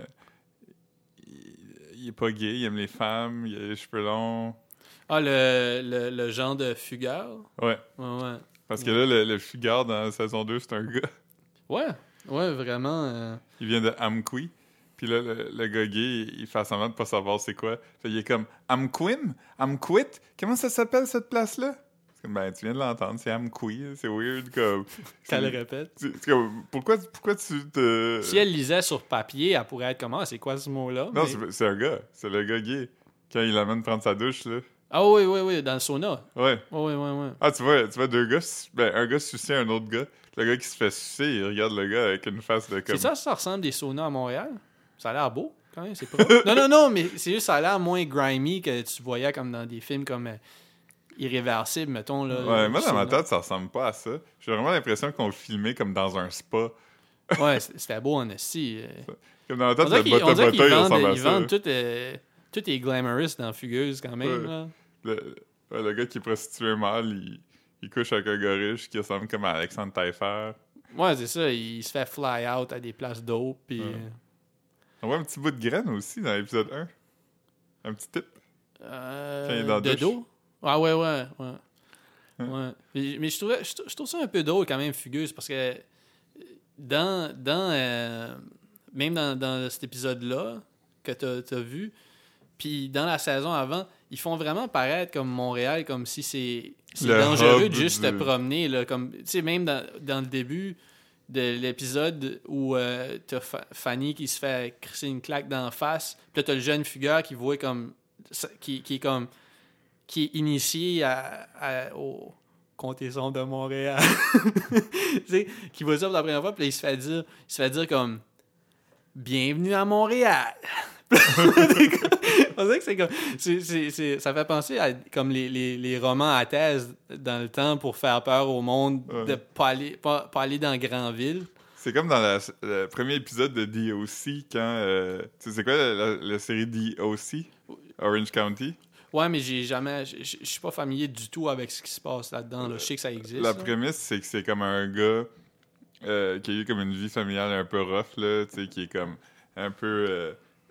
il, il est pas gay, il aime les femmes, il a les cheveux longs. Ah, le, le, le genre de fugueur? Ouais. Ouais, ouais. Parce que là, le, le fugard dans la saison deux, c'est un gars. Ouais, ouais, vraiment. euh, Il vient de Amqui. Puis là, le, le gars gay, il fait semblant de pas savoir c'est quoi. Fait il est comme Amquim? Amquit? Comment ça s'appelle cette place-là? C'est comme, ben, tu viens de l'entendre, c'est Amqui. C'est weird, comme... Qu'elle le c'est- répète. tu- c'est comme, pourquoi, pourquoi tu te... Si elle lisait sur papier, elle pourrait être comment? C'est quoi ce mot-là? Non, Mais- c'est, c'est un gars. C'est le gars gay. Quand il l'amène prendre sa douche, là. Ah oui, oui, oui, dans le sauna. Ouais. Oui, oui, oui. Ah, tu vois, tu vois deux gars... su- Ben, un gars sucer un autre gars. Le gars qui se fait sucer, il regarde le gars avec une face de comme... C'est ça, ça ressemble des saunas à Montréal? Ça a l'air beau, quand même, c'est pas... non, non, non, mais c'est juste ça a l'air moins grimy que tu voyais comme dans des films comme euh, Irréversible, mettons. Là, Ouais, le moi, dans ma sauna. tête, ça ressemble pas à ça. J'ai vraiment l'impression qu'on le filmait comme dans un spa. Ouais, c- c'était beau en esti. euh. Comme dans ma On tête, dirait le qu'ils on bota dirait qu'ils bota, il vendent, ressemble à ils ça. vendent tout, euh, tout est glamorous dans Fugueuse, quand même. Ouais. Là. Le, ouais, le gars qui est prostitué mâle, il, il couche avec un gars riche qui ressemble comme à Alexandre Taillefer. Ouais, c'est ça, il se fait fly out à des places d'eau, puis... Ouais. On voit un petit bout de graine aussi dans l'épisode un. Un petit tip. Euh, Quand il est dans la de douche. dos? Ah ouais, ouais, ouais. Hein? Ouais. Mais, mais je, trouvais, je, trou- je trouve ça un peu drôle quand même, Fugueuse, parce que dans, dans euh, même dans, dans cet épisode-là que tu as vu, puis dans la saison avant, ils font vraiment paraître comme Montréal, comme si c'est c'est Le dangereux hub de juste te du- promener. Là, comme, tu sais, même dans, dans le début de l'épisode où euh, t'as Fa- Fanny qui se fait crisser une claque d'en face, puis là t'as le jeune fugueur qui voit comme qui, qui est comme qui est initié à, à- au, Comté son de Montréal. Tu sais, qui voit ça pour la première fois, puis là, il se fait dire, il se fait dire comme bienvenue à Montréal. On dirait que c'est comme. C'est, c'est, c'est, ça fait penser à comme les, les, les romans à thèse dans le temps pour faire peur au monde Ouais. de pas aller, pas, pas aller dans grande ville. C'est comme dans la, le premier épisode de D O C, quand... Euh, tu sais, c'est quoi la, la, la série D O C? Orange County? Ouais, mais j'ai jamais. Je je- je suis pas familier du tout avec ce qui se passe là-dedans. Là. Je sais que ça existe. La là. prémisse, c'est que c'est comme un gars euh, qui a eu comme une vie familiale un peu rough, là, tu sais, qui est comme un peu euh,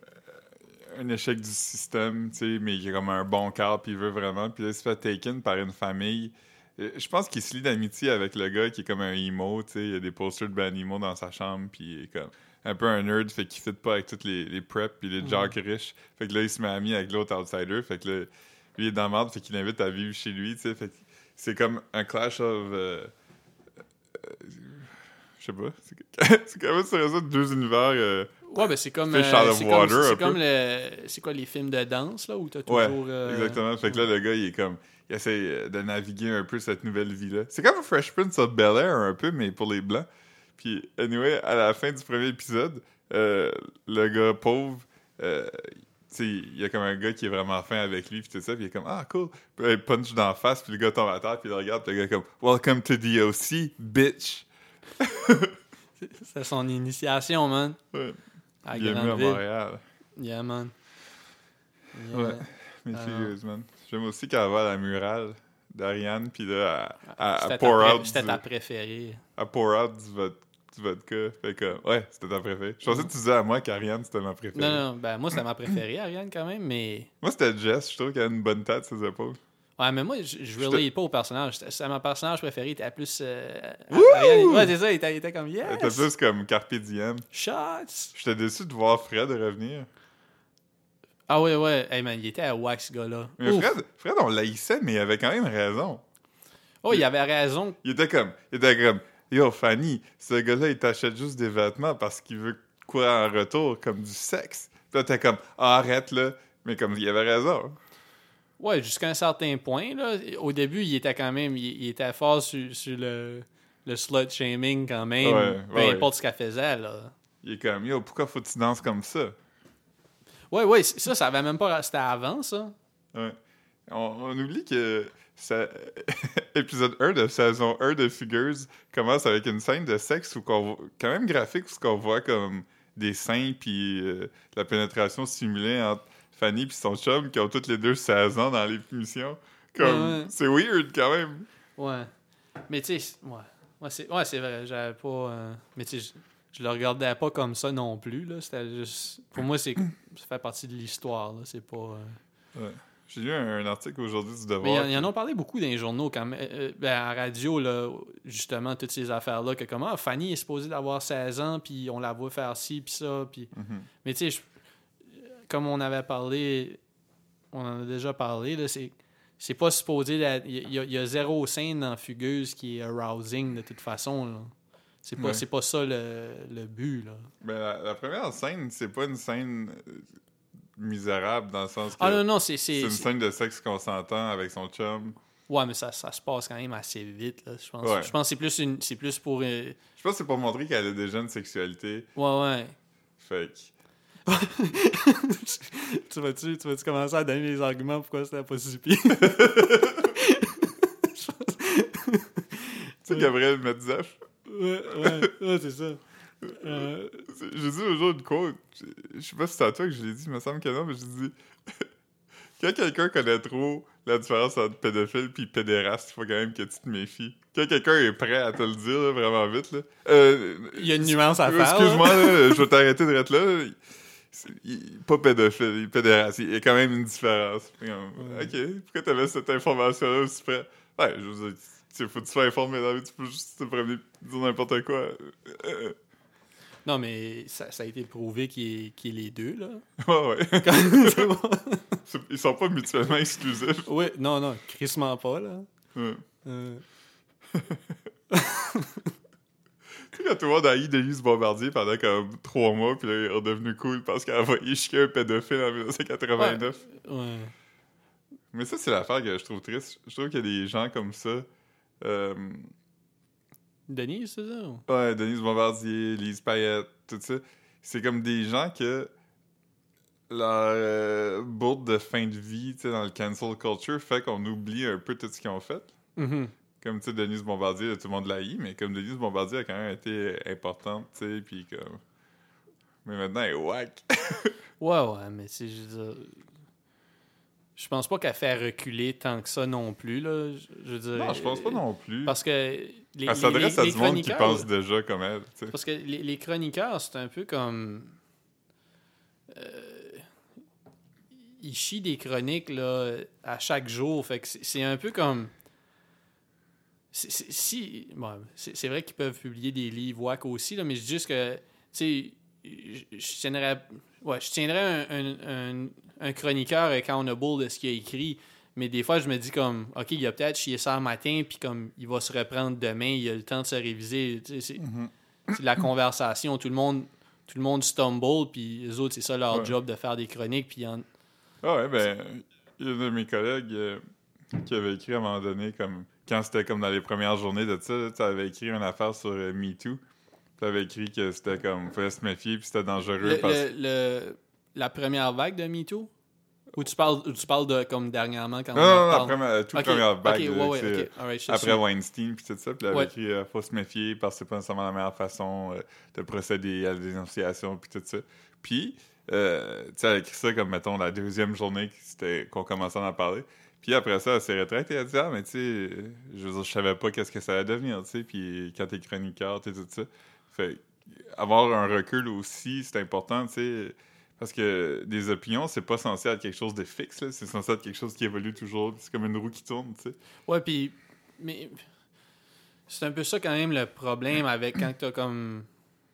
un échec du système, tu sais, mais qui a comme un bon cœur, puis il veut vraiment. Puis là, il se fait taken par une famille. Euh, Je pense qu'il se lie d'amitié avec le gars qui est comme un emo, tu sais, il y a des posters de band emo dans sa chambre, puis il est comme un peu un nerd, fait qu'il fit pas avec toutes les, les preps puis les Mm. jocks riches. Fait que là, il se met ami avec l'autre outsider, fait que là, lui il est dans la merde, fait qu'il l'invite à vivre chez lui, tu sais, fait que c'est comme un clash of... euh, euh, je sais pas, c'est, c'est quand même sur ça deux univers... euh, Ouais, ben c'est comme. Fish euh, out of c'est water, comme, c'est un comme peu. le. C'est quoi les films de danse, là, où t'as Ouais, toujours. euh, exactement. Fait que là, le gars, il est comme... Il essaie euh, de naviguer un peu cette nouvelle vie-là. C'est comme un Fresh Prince of Bel-Air, un peu, mais pour les Blancs. Puis, anyway, à la fin du premier épisode, euh, le gars pauvre, euh, tu sais, il y a comme un gars qui est vraiment fin avec lui, puis tout ça, puis il est comme « Ah, cool! » Puis là, il punch d'en face, puis le gars tombe à terre, puis il le regarde, puis le gars est comme « Welcome to D O C, bitch! C'est son initiation, man. » Ouais. À Bienvenue à grande ville. Montréal. Yeah, man. Yeah. Ouais. Mais Alors. sérieusement, man. J'aime aussi qu'elle va à la murale d'Ariane, puis là, elle, elle- elle C'était pour ta, pré- out c'était du- ta préférée. à pour out du, vod- du vodka. Fait que, ouais, c'était ta préférée. Je pensais que tu disais à moi qu'Ariane, c'était ma préférée. Non, non, ben moi, c'était ma préférée, Ariane, quand même, mais. Moi, c'était Jess. Je trouve qu'elle a une bonne tête, ses épaules. Ouais, mais moi, je, je te- relate pas au personnage. C'était, c'était mon personnage préféré. Il était plus. Euh, Wouh! Ariane. Ouais, c'est ça. Il était, il était comme Elle yes! était plus comme Carpe Diem. Shots! J'étais déçu de voir Fred revenir. Ah, ouais, ouais. Hey, man, il était à wax, ce gars-là. Mais Ouf. Fred, Fred, on l'haïssait, mais il avait quand même raison. Oh, il avait raison. Il était comme, il était comme, yo, Fanny, ce gars-là, il t'achète juste des vêtements parce qu'il veut quoi en retour, comme du sexe. Puis là, t'es comme, ah, arrête, là. Mais comme, il avait raison. Ouais, jusqu'à un certain point, là. Au début, il était quand même. Il, il était fort sur, sur le, le slut shaming, quand même. Ouais, peu ouais, importe ce qu'elle faisait, là. Il est comme, yo, pourquoi faut que tu danses comme ça? Ouais, ouais, c- ça, ça avait même pas. C'était avant, ça. Ouais. On, on oublie que ça, épisode un de saison un de Figures commence avec une scène de sexe où qu'on voit- quand même graphique où qu'on voit comme des seins puis euh, la pénétration simulée entre Fanny et son chum qui ont toutes les deux seize ans dans l'émission. Comme, Ouais, ouais. c'est weird quand même. Ouais. Mais tu sais, ouais. Ouais, c'est, ouais, c'est vrai. J'avais pas. euh, Mais tu sais, je, je le regardais pas comme ça non plus, là. C'était juste. Pour moi, c'est, ça fait partie de l'histoire, là. C'est pas. euh, Ouais. J'ai lu un, un article aujourd'hui du Mais Devoir. ils en- ils en ont parlé beaucoup dans les journaux quand même. Euh, ben, à la radio, là, justement, toutes ces affaires-là, que comment Fanny est supposée d'avoir seize ans, puis on la voit faire ci, puis ça, puis... Mhm. Mais tu sais, je- comme on avait parlé, on en a déjà parlé, là, c'est, c'est pas supposé... d'être- Il y, a- il y a zéro scène dans Fugueuse qui est arousing, de toute façon, là. C'est pas, Ouais. c'est pas ça le, le but, là. Ben, la, la première scène, c'est pas une scène euh, misérable dans le sens que Ah non, non, c'est... c'est c'est, une c'est- scène de sexe consentant avec son chum. Ouais, mais ça, ça se passe quand même assez vite, là, je pense. Ouais. Je pense que c'est plus, une, c'est plus pour... euh, Je pense que c'est pour montrer qu'elle a déjà une sexualité. Ouais, ouais. Fait que... tu vas-tu, tu vas-tu commencer à donner les arguments pourquoi c'était pas si pire? Tu sais, Gabriel Medzeff, Ouais, ouais, ouais, c'est ça. Euh, c'est- j'ai dit un jour une quote, je je sais pas si c'est à toi que je l'ai dit, il me semble que non, mais j'ai dit quand quelqu'un connaît trop la différence entre pédophile puis pédéraste, il faut quand même que tu te méfies. Quand quelqu'un est prêt à te le dire là, vraiment vite, là. Euh, Il y a une nuance à faire. Excuse-moi, là. là, je vais t'arrêter de être là. C'est- il- pas pédophile, il est pédéraste. Il y a quand même une différence. Fait comme, Ouais. Ok, pourquoi t'avais cette information-là aussi près? Ouais, je veux dire, tu sais, faut que tu sois informé dans la vie, tu peux juste te promener dire n'importe quoi. Euh, euh, Non, mais ça, ça a été prouvé qu'il est, qu'il est les deux, là. ouais, ouais. C'est bon. C'est- Ils sont pas mutuellement exclusifs. Ouais, non, non, crissement pas, là. Ouais. Euh, Tu sais, quand tout le monde a haï Denise Bombardier pendant comme trois mois, puis là, il est redevenu cool parce qu'elle a envoyé chier un pédophile en dix-neuf cent quatre-vingt-neuf. ouais. Mais ça, c'est l'affaire que je trouve triste. Je trouve qu'il y a des gens comme ça Euh, Denise, c'est ça? Ou? ouais, Denise Bombardier, Lise Payette, tout ça. C'est comme des gens que leur euh, bourde de fin de vie, tu sais, dans le cancel culture, fait qu'on oublie un peu tout ce qu'ils ont fait. Mm-hmm. Comme, tu sais, Denise Bombardier, là, tout le monde l'a haï, mais comme Denise Bombardier a quand même été importante, tu sais, puis comme... Mais maintenant, elle est whack. Ouais, ouais, mais c'est... Je veux dire... Je pense pas qu'elle fait reculer tant que ça non plus, là. Je, je veux dire... Non, je pense pas non plus. Parce que... Les, Elle s'adresse à les du monde qui chroniqueurs, pense déjà comme elle, tu sais. Parce que les, les chroniqueurs, c'est un peu comme... Euh, ils chient des chroniques, là, à chaque jour. Fait que c'est, c'est un peu comme... C'est, c'est, si, bon, c'est, c'est vrai qu'ils peuvent publier des livres wack aussi, là, mais je dis juste que, tu sais, je, je tiendrais, ouais, je tiendrais un, un, un, un chroniqueur accountable de ce qu'il a écrit, mais des fois, je me dis comme, OK, il a peut-être chié ça un matin, puis comme, il va se reprendre demain, il a le temps de se réviser. Tu sais, c'est, Mm-hmm. c'est de la conversation. Tout le monde, tout le monde stumble, puis les autres, c'est ça leur Ouais. job de faire des chroniques, puis en... Ah ouais, ben, il y a un de mes collègues euh, qui avait écrit à un moment donné, comme quand c'était comme dans les premières journées de ça, tu avais écrit une affaire sur euh, MeToo. Tu avais écrit que c'était comme, fallait se méfier, puis c'était dangereux. Le, parce... le, le- la première vague de MeToo? Ou tu parles, ou tu parles de comme dernièrement quand Non, on en non, non, la parle? première, toute Ok, première vague. ok, là, ouais, ouais, tu sais, ok. Alright, je te après suis. Weinstein, puis tout ça, puis elle avait Ouais. écrit euh, faut se méfier parce que c'est pas nécessairement la meilleure façon euh, de procéder à la dénonciation, puis tout ça. Puis, euh, tu sais, elle a écrit ça comme, mettons, la deuxième journée que c'était- qu'on commençait à en parler. Puis après ça, elle s'est retraitée et elle a dit ah, mais tu sais, je veux dire, je savais pas qu'est-ce que ça allait devenir, tu sais, puis quand t'es chroniqueur, t'es tout ça. Fait avoir un recul aussi, c'est important, tu sais. Parce que des opinions, c'est pas censé être quelque chose de fixe, là. C'est censé être quelque chose qui évolue toujours. C'est comme une roue qui tourne, tu sais. Ouais, puis. Mais. C'est un peu ça quand même le problème avec quand t'as comme.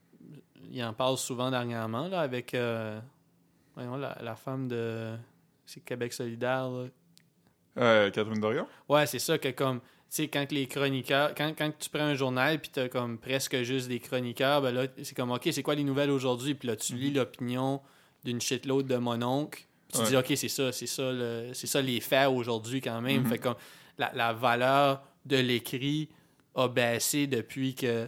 Il en parle souvent dernièrement, là, avec. euh, Voyons, la, la femme de. C'est Québec solidaire, là. Euh, Catherine Dorion? Ouais, c'est ça que comme. Tu sais, quand les chroniqueurs. Quand, quand tu prends un journal puis t'as comme presque juste des chroniqueurs, ben là, c'est comme, OK, c'est quoi les nouvelles aujourd'hui? Puis là, tu lis l'opinion d'une shitload de mon oncle. Tu te Ouais. dis, OK, c'est ça, c'est ça, le, c'est ça les faits aujourd'hui quand même. Mhm. Fait comme la, la valeur de l'écrit a baissé depuis que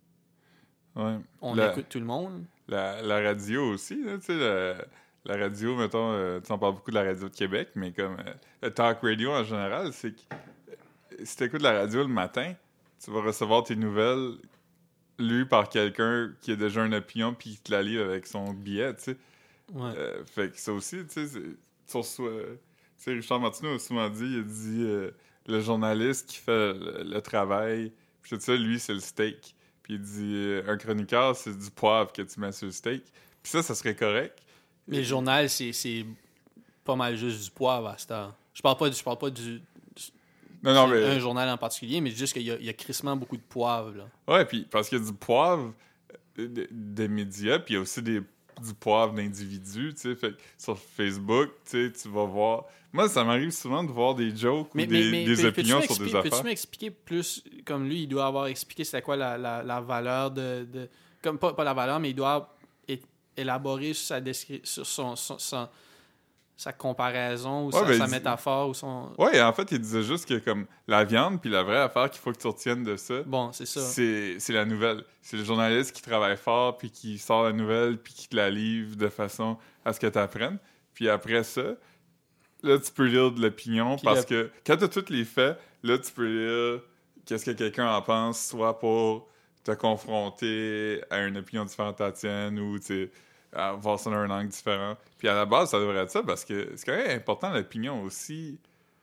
Ouais. on La- écoute tout le monde. La, la radio aussi, là, tu sais, la, la radio, mettons, euh, tu sais, on parle beaucoup de la radio de Québec, mais comme euh, le talk radio en général, c'est que euh, si tu écoutes la radio le matin, tu vas recevoir tes nouvelles lues par quelqu'un qui a déjà une opinion puis qui te la lit avec son billet, tu sais. Ouais. Euh, fait que ça aussi, tu sais, c'est- tu reçois- tu sais, Richard Martineau a souvent dit, il a dit euh, le journaliste qui fait le, le travail, puis tout ça, lui, c'est le steak. Puis il dit euh, un chroniqueur, c'est du poivre que tu mets sur le steak. Puis ça, ça serait correct. Mais le journal, c'est, c'est pas mal juste du poivre à cette heure. Je parle pas du, je parle pas du, Non, non, du- mais. un journal en particulier, mais juste qu'il y a, il y a crissement beaucoup de poivre, là. Ouais, puis parce qu'il y a du poivre euh, de- des médias, puis il y a aussi des, du poivre d'individus, tu sais. Fait que sur Facebook, tu sais, tu vas voir. Moi, ça m'arrive souvent de voir des jokes ou des, des peux- opinions peux-tu sur des m'expliquer- affaires. Peux-tu m'expliquer plus, comme lui, il doit avoir expliqué c'était quoi la, la, la valeur de... de comme pas, pas la valeur, mais il doit é- élaborer sur sa, descri- sur son, son- son- sa comparaison ou Ouais, sa, ben, sa il- métaphore ou son... Ouais, en fait, il disait juste que comme la viande, puis la vraie affaire qu'il faut que tu retiennes de ça, Bon, c'est ça. c'est c'est la nouvelle. C'est le journaliste qui travaille fort, puis qui sort la nouvelle, puis qui te la livre de façon à ce que tu apprennes. Puis après ça, là, tu peux lire de l'opinion, Puis parce le- que quand tu as tous les faits, là, tu peux lire qu'est-ce que quelqu'un en pense, soit pour te confronter à une opinion différente à la tienne, ou tu sais, à voir ça d'un angle différent. Puis à la base, ça devrait être ça, parce que c'est quand même important l'opinion aussi,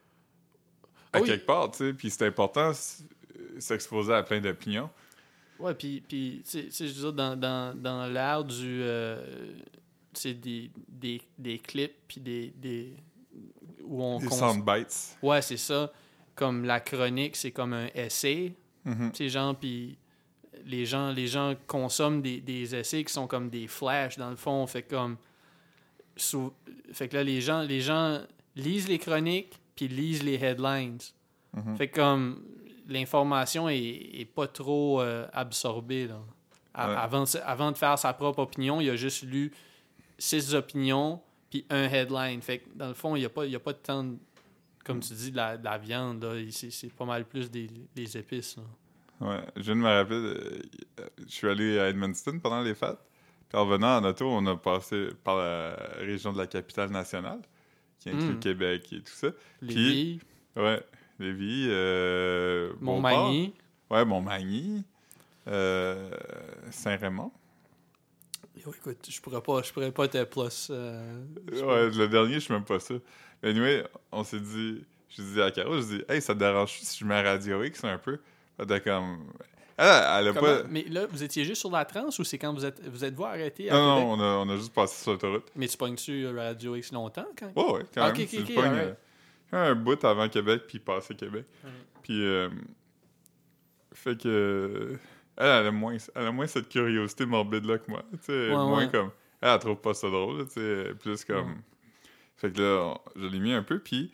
à Ah oui. quelque part, tu sais. Puis c'est important s- s'exposer à plein d'opinions. Ouais, puis, puis tu sais- tu sais, je veux dire, dans, dans, dans l'ère du... euh, tu sais, des, des, des clips, puis des, des... où on... Des cons- soundbites. Ouais, c'est ça. Comme la chronique, c'est comme un essai. Mhm. Tu sais, genre, puis les gens, les gens consomment des, des essais qui sont comme des flashs, dans le fond. Fait comme... sou- Fait que là, les gens, les gens lisent les chroniques, puis lisent les headlines. Mhm. Fait que comme l'information est, est pas trop euh, absorbée, là. A- Ouais. Avant, de- avant de faire sa propre opinion, il a juste lu six opinions, puis un headline. Fait que dans le fond, il n'y a, pas- il y a pas de temps de comme tu dis, de la, de la viande, là, c'est, c'est pas mal plus des, des épices. Là. Ouais, je viens de me rappeler, euh, je suis allé à Edmundston pendant les fêtes. Puis en venant en auto, on a passé par la région de la capitale nationale, qui inclut Mm. le Québec et tout ça. Lévis, Puis, ouais, Lévis, euh, Montmagny. Beauport. Ouais, Montmagny, euh, Saint-Raymond. Yo, écoute, je pourrais pas, je pourrais pas te plus. Euh, Ouais, le dernier, je suis même pas ça. Mais anyway, on s'est dit, je dis à Caro, je dis, hey, ça te dérange si je mets Radio X un peu? Elle était comme. Elle, elle a Comment? pas. Mais là, vous étiez juste sur la transe ou c'est quand vous êtes vous êtes-vous arrêté à Non, Québec? non, on a, on a juste passé sur l'autoroute. Mais tu pognes-tu Radio X longtemps quand? Ouais, ouais, quand Ah, même. ok, Si ok, je ok, pogne, alright. euh, un bout avant Québec, puis passer Québec. Ouais. Puis, euh, fait que. Elle, elle a, moins, elle a moins cette curiosité morbide-là que moi. Tu sais, Ouais, moins ouais. comme. Elle, elle trouve pas ça drôle, tu sais. Plus comme. Ouais. Fait que là, on- je l'ai mis un peu, puis.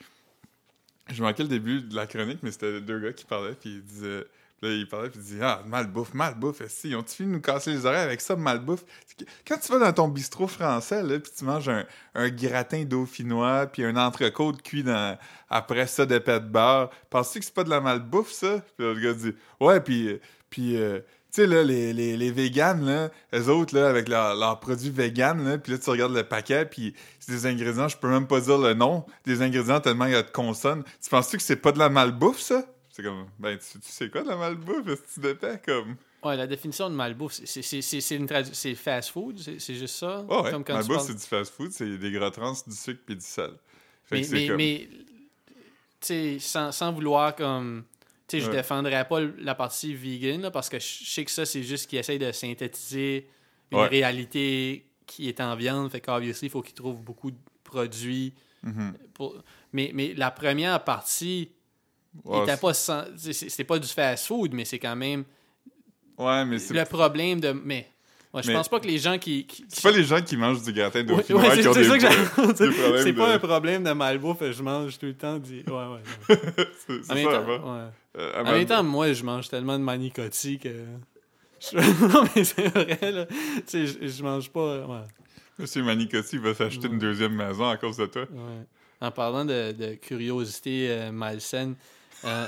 Je manquais le début de la chronique, mais c'était deux gars qui parlaient, puis ils disaient. Là, il parlait, puis il dit Ah, malbouffe, malbouffe, est-ce qu'ils ont-tu fini de nous casser les oreilles avec ça, malbouffe? Quand tu vas dans ton bistrot français, là, puis tu manges un, un gratin dauphinois, puis un entrecôte cuit dans, après ça d'épais de beurre, penses-tu que c'est pas de la malbouffe, ça? Puis là, le gars dit Ouais, puis, puis euh, tu sais, là, les, les, les véganes, là, eux autres, là, avec leurs leur produits véganes, là, puis là, tu regardes le paquet, puis c'est des ingrédients, je peux même pas dire le nom, des ingrédients tellement il y a de consonnes. Tu penses-tu que c'est pas de la malbouffe, ça? C'est comme, ben, tu, tu sais quoi de la malbouffe? Est-ce que tu dépais, comme... Ouais, la définition de malbouffe, c'est, c'est, c'est, c'est, c'est une tradu- c'est fast food, c'est, c'est juste ça. Oh, ouais, Comme quand tu malbouffe, parles- c'est du fast-food, c'est des gras trans, du sucre puis du sel. Fait Mais, que c'est mais, comme... mais tu sais, sans, sans vouloir comme. Tu sais, je Ouais. défendrais pas la partie vegan, là, parce que je sais que ça, c'est juste qu'ils essayent de synthétiser une Ouais. réalité qui est en viande. Fait qu'obviously, il faut qu'ils trouvent beaucoup de produits. Mhm. Pour... Mais, mais la première partie, Ouais, était c'est- pas sans... c'est, c'est c'est pas du fast-food, mais c'est quand même ouais, mais c'est... le problème de. Mais. Ouais, je Mais- pense pas que les gens qui. qui- C'est pas les gens qui mangent du gratin Ouais, dauphinois ouais, c'est, qui ont c'est des, ça que pro- j'allais des dire. problèmes C'est pas de- un problème de malbouffe, je mange tout le temps du. Ouais, ouais. ouais. c'est c'est En même ça, temps, avant. ouais. Euh, En avant- même temps, moi, je mange tellement de manicotti que. je- non, mais c'est vrai, là. Tu sais, je, je mange pas. Ouais. Monsieur Manicotti va s'acheter Ouais. une deuxième maison à cause de toi. ouais. En parlant de, de curiosité euh, malsaine. euh,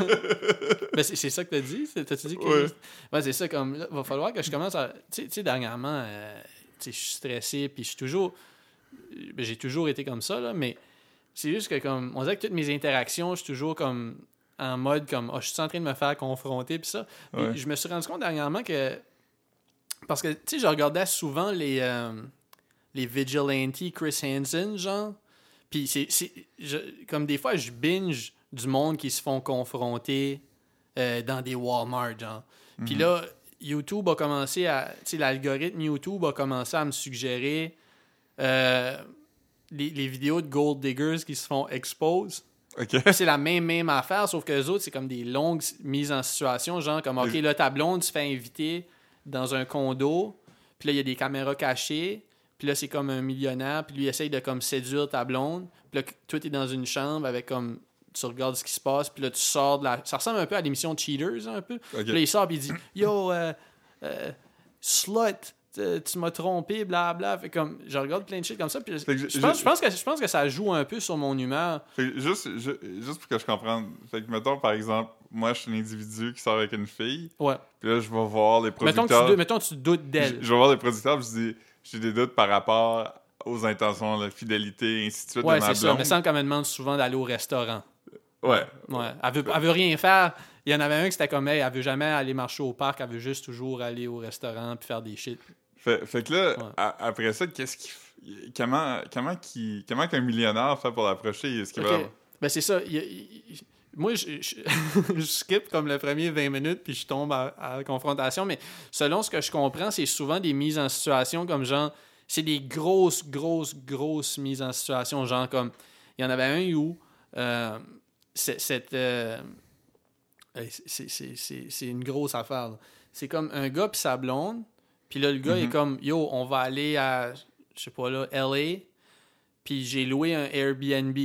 ben, c'est, c'est ça que t'as dit? C'est- T'as-tu dit que. Ouais. Ouais, c'est ça, comme. Là, va falloir que je commence à. Tu sais- tu sais, dernièrement, euh, tu sais, je suis stressé, puis je suis toujours. Ben, j'ai toujours été comme ça, là, mais c'est juste que, comme. On dirait que toutes mes interactions, je suis toujours comme. En mode, comme. Oh, je suis en train de me faire confronter, puis ça. Puis Ouais. je me suis rendu compte dernièrement que. Parce que, tu sais, je regardais souvent les. euh, les Vigilante Chris Hansen, genre. Puis c'est. c'est je- comme des fois, je binge du monde qui se font confronter euh, dans des Walmart, genre. Puis Mhm. là, YouTube a commencé à. Tu sais, l'algorithme YouTube a commencé à me suggérer euh, les, les vidéos de gold diggers qui se font expose. OK. Puis c'est la même, même affaire, sauf que les autres, c'est comme des longues mises en situation, genre comme, OK, là, ta blonde se fait inviter dans un condo, puis là, il y a des caméras cachées, puis là, c'est comme un millionnaire, puis lui, il essaye de comme séduire ta blonde, puis là, toi, t'es dans une chambre avec comme, tu regardes ce qui se passe, puis là, tu sors de la... Ça ressemble un peu à l'émission Cheaters, un peu. OK. Puis là, il sort, puis il dit, « Yo, euh, euh, slut, euh, tu m'as trompé, blabla. » Fait comme, je regarde plein de shit comme ça, puis je, Fait que je je- pense, je- je pense que, je pense que ça joue un peu sur mon humeur. Fait que juste, ju- juste pour que je comprenne. Fait que, mettons, par exemple, moi, je suis un individu qui sort avec une fille, Ouais. puis là, je vais voir les Mettons que, producteurs... tu, mettons que tu doutes Je, d'elle. je vais voir les producteurs, puis je dis, j'ai des doutes par rapport aux intentions, la fidélité, et ainsi de suite Ouais, de ma c'est ça. blonde. Mais ça qu'elle me demande souvent d'aller au restaurant. Ouais. Ouais. Elle veut, elle veut rien faire. Il y en avait un qui c'était comme, hey, elle veut jamais aller marcher au parc, elle veut juste toujours aller au restaurant puis faire des shit. Fait, fait que là, Ouais. a- après ça, qu'est-ce qu'il f- comment comment qui comment qu'un millionnaire fait pour l'approcher? Est-ce qu'il Ok. va... Ben c'est ça. Il y a- il- il- moi, je, je, je skip comme le premier vingt minutes puis je tombe à, à la confrontation. Mais selon ce que je comprends, c'est souvent des mises en situation comme genre, c'est des grosses, grosses, grosses mises en situation. Genre comme, il y en avait un où euh, c'est, cette, euh, hey, c'est, c'est, c'est, c'est une grosse affaire, là. C'est comme un gars puis sa blonde. Puis là, le gars Mhm. est comme, yo, on va aller à, je sais pas là, L A. Puis j'ai loué un Airbnb.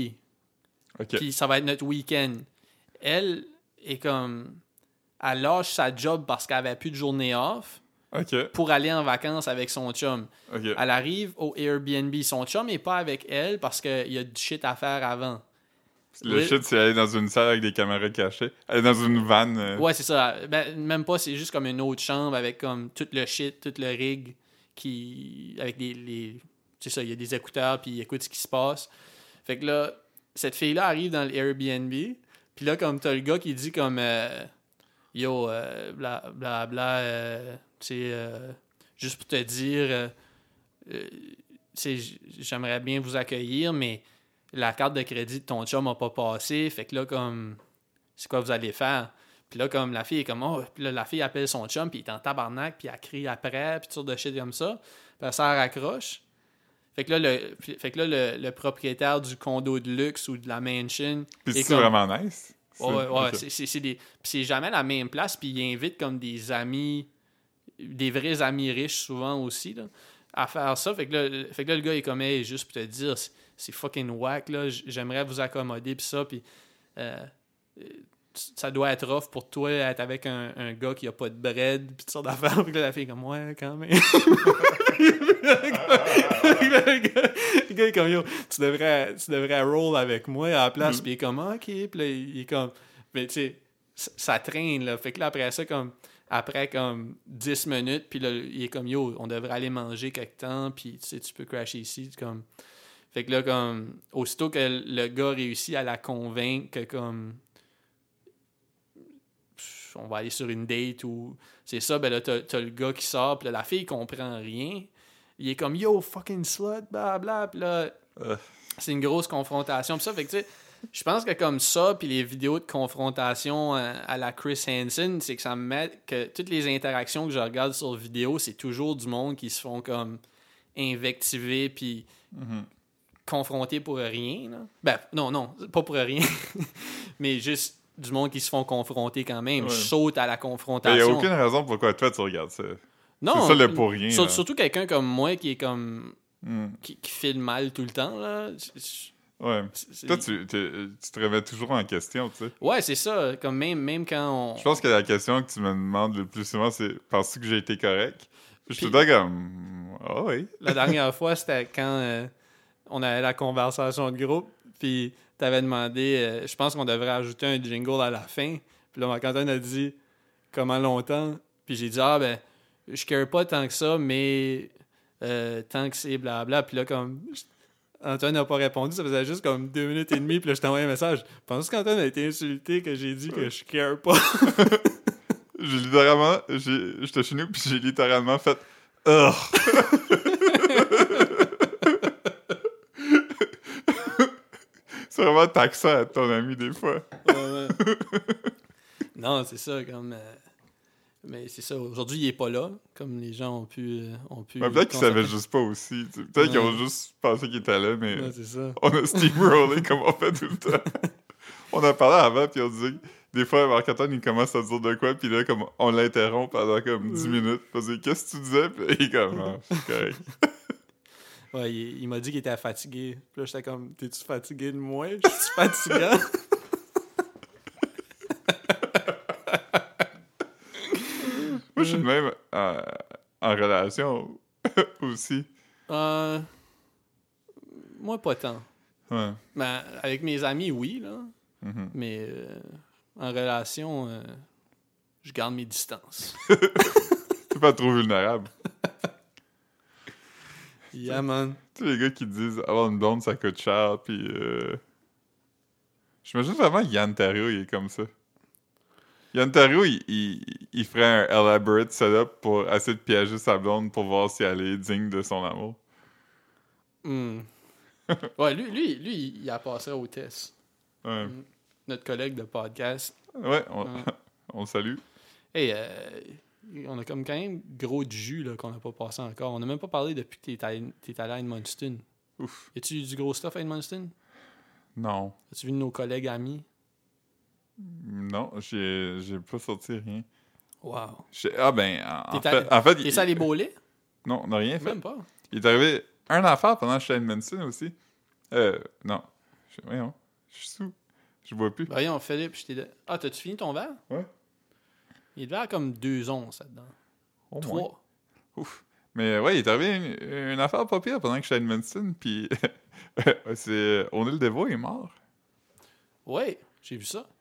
OK. Puis ça va être notre week-end. Elle est comme, elle lâche sa job parce qu'elle avait plus de journée off OK. pour aller en vacances avec son chum. OK. Elle arrive au Airbnb. Son chum est pas avec elle parce qu'il y a du shit à faire avant. Le Oui. shit, c'est aller dans une salle avec des caméras cachées. Aller dans une vanne. euh, Ouais, c'est ça. Ben, même pas, c'est juste comme une autre chambre avec comme tout le shit, tout le rig qui. Avec les. les... C'est ça, il y a des écouteurs, puis il écoute ce qui se passe. Fait que là, cette fille-là arrive dans l'Airbnb, puis là, comme t'as le gars qui dit comme. euh, Yo, euh, bla bla bla, euh, tu sais, euh, juste pour te dire, euh, euh, tu sais, j- j'aimerais bien vous accueillir, mais la carte de crédit de ton chum n'a pas passé, fait que là, comme, c'est quoi vous allez faire? Puis là, comme, la fille est comme, oh, puis là, la fille appelle son chum, puis il est en tabarnak, puis elle crie après, puis toutes sortes de shit comme ça, puis elle s'en raccroche. Fait que là, le, puis- fait que là, le, le propriétaire du condo de luxe ou de la mansion Puis est c'est comme... vraiment nice. C'est- Ouais, ouais, ouais, ok. c'est, c'est, c'est des... Puis c'est jamais la même place, puis il invite comme des amis, des vrais amis riches souvent aussi, là, à faire ça. Fait que là, le- fait que là, le gars est comme, hey, juste pour te dire, c'est, c'est fucking whack, là, j- j'aimerais vous accommoder, puis ça, puis euh, euh, ça doit être rough pour toi être avec un, un gars qui a pas de bread, puis toutes sortes d'affaires. Puis là, la fille est comme, ouais, quand même. le, gars, le gars est comme, yo, tu devrais, tu devrais roll avec moi à la place, puis il est comme, ok, puis là, il est comme, mais tu sais, ça, ça traîne, là. Fait que là, après ça, comme, après comme dix minutes, puis là, il est comme, yo, on devrait aller manger quelque temps, puis tu sais, tu peux crasher ici, comme. Fait que là, comme, aussitôt que le gars réussit à la convaincre que, comme, pff, on va aller sur une date ou c'est ça, ben là, t'as, t'as le gars qui sort, puis là, la fille comprend rien. Il est comme, yo, fucking slut, blablabla, puis là, Euh. c'est une grosse confrontation, puis ça, fait que, tu sais, je pense que comme ça, puis les vidéos de confrontation à, à la Chris Hansen, c'est que ça me met que toutes les interactions que je regarde sur vidéo, c'est toujours du monde qui se font comme invectiver, puis Mhm. confrontés pour rien. Là. Ben, non, non, pas pour rien, mais juste du monde qui se font confronter quand même. Ouais. Je saute à la Il n'y a confrontation. aucune raison pourquoi toi tu regardes ça. Non, c'est ça le pour rien, sur- là. surtout quelqu'un comme moi qui est comme. Hmm. qui, qui filme mal tout le temps. Là. Je- je- Ouais. c'est- Toi, tu, t'es- tu te remets toujours en question, tu sais. Ouais, c'est ça. Comme même, même quand on. Je pense que la question que tu me demandes le plus souvent, c'est penses-tu que j'ai été correct? Puis je te Puis- dis comme. Ah oui. La dernière fois, c'était quand euh, on avait la conversation de groupe, puis t'avais demandé, euh, je pense qu'on devrait ajouter un jingle à la fin. Puis là, Marc-Antoine a dit comment longtemps. Puis j'ai dit, ah ben, je care pas tant que ça, mais euh, tant que c'est blabla. Puis là, comme, Antoine n'a pas répondu, ça faisait juste comme deux minutes et demie, puis là, je t'ai envoyé un message. Penses-tu qu'Antoine a été insulté que j'ai dit que je care pas? J'ai littéralement. j'ai- J'étais chez nous, puis j'ai littéralement fait. Ugh! C'est vraiment taxant à ton ami des fois. Ouais, ouais. Non, c'est ça, comme. euh, Mais c'est ça, aujourd'hui, il est pas là, comme les gens ont pu. euh, ont pu Mais peut-être qu'ils constater. savaient juste pas aussi. tu sais. Peut-être qu'ils ont Ouais. juste pensé qu'il était là, mais Ouais, c'est ça. on a steamrollé comme on fait tout le temps. On a parlé avant, puis on dit. Des fois, Marc-Antoine, il commence à dire de quoi, puis là, comme on l'interrompt pendant comme dix minutes. On dit, qu'est-ce que tu disais? Puis là, il est comme, ah, c'est correct. Ouais, il, il m'a dit qu'il était fatigué. Puis là, j'étais comme, t'es-tu fatigué de moi? Je suis fatigant. Moi, je suis de même en, en relation aussi. Euh, moi, pas tant. Ouais. Ben, avec mes amis, oui, là. Mhm. Mais euh, en relation, euh, je garde mes distances. T'es pas trop vulnérable. Yeah, man. Tu sais, les gars qui disent avoir une blonde, ça coûte cher, puis. Euh... J'imagine vraiment Yann Terriot, il est comme ça. Yann Terriot, il, il, il ferait un elaborate setup pour essayer de piéger sa blonde pour voir si elle est digne de son amour. Hmm. Ouais, lui, lui, lui, il a passé au test. Ouais, Notre collègue de podcast. ouais on, Ouais. on le salue. Hey, euh, on a comme quand même gros de jus là, qu'on n'a pas passé encore. On n'a même pas parlé depuis que t'es allé, t'es allé à Edmundston. Ouf. Y a-tu du gros stuff à Edmundston? Non. As-tu vu nos collègues amis? Non, j'ai j'ai pas sorti rien. Wow. J'ai- Ah ben, en, en T'es fait, allé- en fait T'es il- allé bowler? non, on n'a rien fait. Même pas. Il est arrivé un affaire pendant que j'étais à Edmundston aussi. Euh, non. Je, voyons, je suis sous. Je bois plus. Ben, voyons, Philippe, je t'ai dit- Ah, t'as-tu fini ton verre? Ouais. Il devait avoir comme deux onces là-dedans. Au moins. Trois. Ouf. Mais ouais, il est arrivé une, une affaire pas pire pendant que j'étais à Edmundston, puis c'est... O'Neill Devoe est mort. Ouais, j'ai vu ça.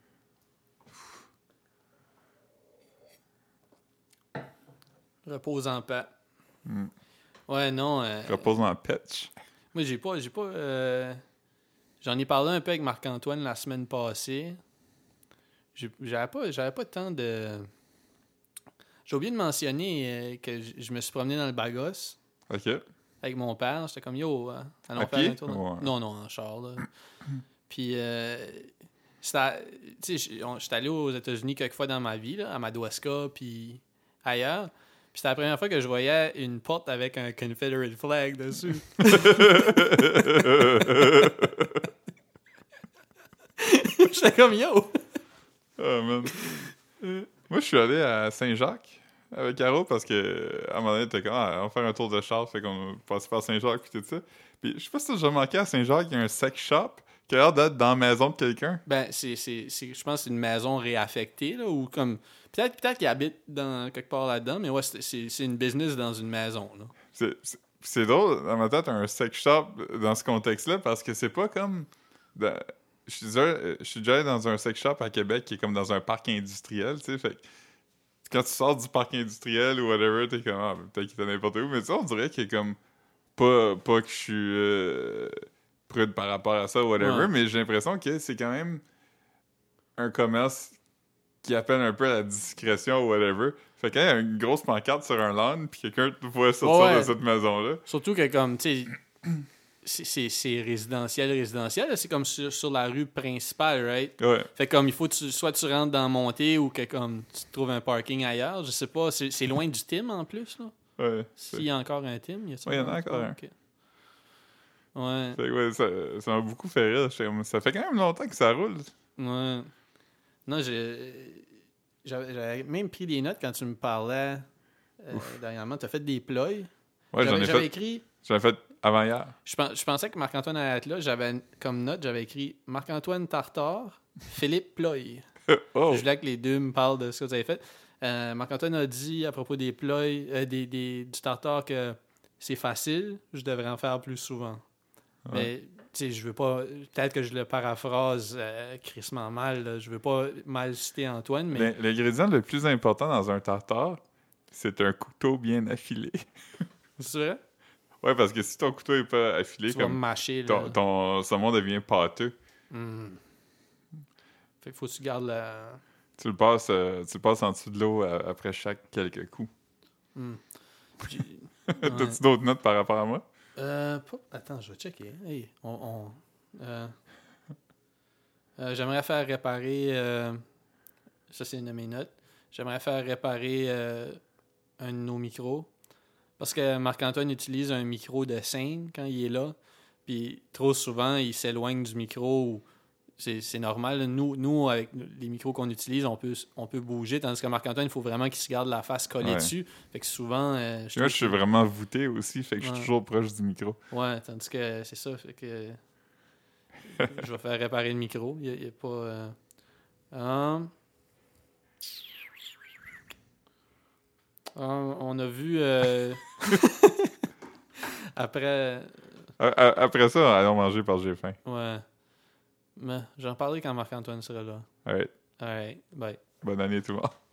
Repose en paix. Mm. Ouais, non. Euh, Repose en patch. moi, j'ai pas. J'ai pas euh, j'en ai parlé un peu avec Marc-Antoine la semaine passée. J'ai- J'avais pas, j'avais pas tant de. J'ai oublié de mentionner euh, que je je me suis promené dans le Bagos OK. avec mon père. J'étais comme yo, euh, allons À faire pied? un tour. dans- Ouais. Non, non, en char. Là. Puis, euh, c'était- tu sais, j'- on- j'étais allé aux États-Unis quelques fois dans ma vie, là, à Madawaska, puis ailleurs. Puis c'était la première fois que je voyais une porte avec un Confederate flag dessus. J'étais comme yo. Oh, man. Moi, je suis allé à Saint-Jacques avec Caro parce que à un moment donné, t'es comme, ah, on va faire un tour de char, fait qu'on passe par Saint-Jacques puis tout ça. Puis je sais pas si t'as déjà manqué à Saint-Jacques, il y a un sex shop qui a l'air d'être dans la maison de quelqu'un. Ben, c'est, c'est, c'est, je pense que c'est une maison réaffectée, là, ou comme. Peut-être, peut-être qu'il habite dans, quelque part là-dedans, mais ouais, c'est, c'est, c'est une business dans une maison, là. C'est, c'est, c'est drôle, dans ma tête, un sex shop dans ce contexte-là parce que c'est pas comme. dans- Je suis déjà, je suis déjà allé dans un sex shop à Québec qui est comme dans un parc industriel, tu sais, fait que quand tu sors du parc industriel ou whatever, t'es comme, ah, peut-être qu'il était n'importe où, mais ça, on dirait qu'il est comme, pas, pas que je suis euh, prude par rapport à ça ou whatever, Ouais. mais j'ai l'impression que c'est quand même un commerce qui appelle un peu à la discrétion ou whatever. Fait que quand il y a une grosse pancarte sur un lawn, puis quelqu'un te voit sortir Ouais. de cette maison-là, Surtout que, comme, tu sais, c'est, c'est, c'est résidentiel, résidentiel, là, c'est comme sur, sur la rue principale, right? ouais. Fait que, comme, il faut que tu, soit tu rentres dans la montée ou que, comme, tu trouves un parking ailleurs, je sais pas, c'est, c'est loin du Tim, en plus, là. Ouais, c'est- S'il y a encore un Tim, il y a ça? Ouais, il y en a encore un. Ok. Ouais. Fait que ouais, ça, ça m'a beaucoup fait rire. J'étais comme, ça fait quand même longtemps que ça roule. Ouais. Non, j'ai. J'avais, j'avais même pris des notes quand tu me parlais euh, dernièrement. Tu as fait des ploys. Ouais, j'avais, j'en ai j'avais fait, écrit. j'en ai fait avant hier. Je, pens- je pensais que Marc-Antoine allait être là. J'avais comme note, j'avais écrit Marc-Antoine Tartare, Philippe Ploy. Oh! Je voulais que les deux me parlent de ce que vous avez fait. Euh, Marc-Antoine a dit à propos des ploys, euh, des, des, du tartare que c'est facile, je devrais en faire plus souvent. Ouais. Mais, tu sais, je veux pas. Peut-être que je le paraphrase euh, crissement mal. Là. Je veux pas mal citer Antoine, mais. L'in- L'ingrédient le plus important dans un tartare, c'est un couteau bien affilé. C'est vrai? Ouais, parce que si ton couteau est pas affilé, Tu vas me comme mâcher, là. ton, ton saumon devient pâteux. Hmm. Fait que faut que tu gardes la. Tu le passes, euh, tu le passes en dessous de l'eau euh, après chaque quelques coups. Hmm. Puis- T'as-tu ouais. d'autres notes par rapport à moi? Euh, pas- Attends, je vais checker. Hey, on, on- euh, euh, j'aimerais faire réparer. euh, Ça, c'est une de mes notes. J'aimerais faire réparer euh, un de nos micros. Parce que Marc-Antoine utilise un micro de scène quand il est là. Puis trop souvent, il s'éloigne du micro. Ou c'est, c'est normal. là. Nous, nous, avec les micros qu'on utilise, on peut, on peut bouger. Tandis que Marc-Antoine, il faut vraiment qu'il se garde la face collée Ouais. dessus. Fait que souvent. euh, Moi, trouve je suis que- vraiment voûté aussi, fait que je suis Ouais. toujours proche du micro. Ouais, tandis que c'est ça. Fait que. Je vais faire réparer le micro. Il n'y a, pas. euh, hum. Hum, on a vu. euh, Après. A- a- Après ça, allons manger parce que j'ai faim. Ouais. Mais j'en parlerai quand Marc-Antoine sera là. Alright. Alright, bye. Bonne année tout le monde.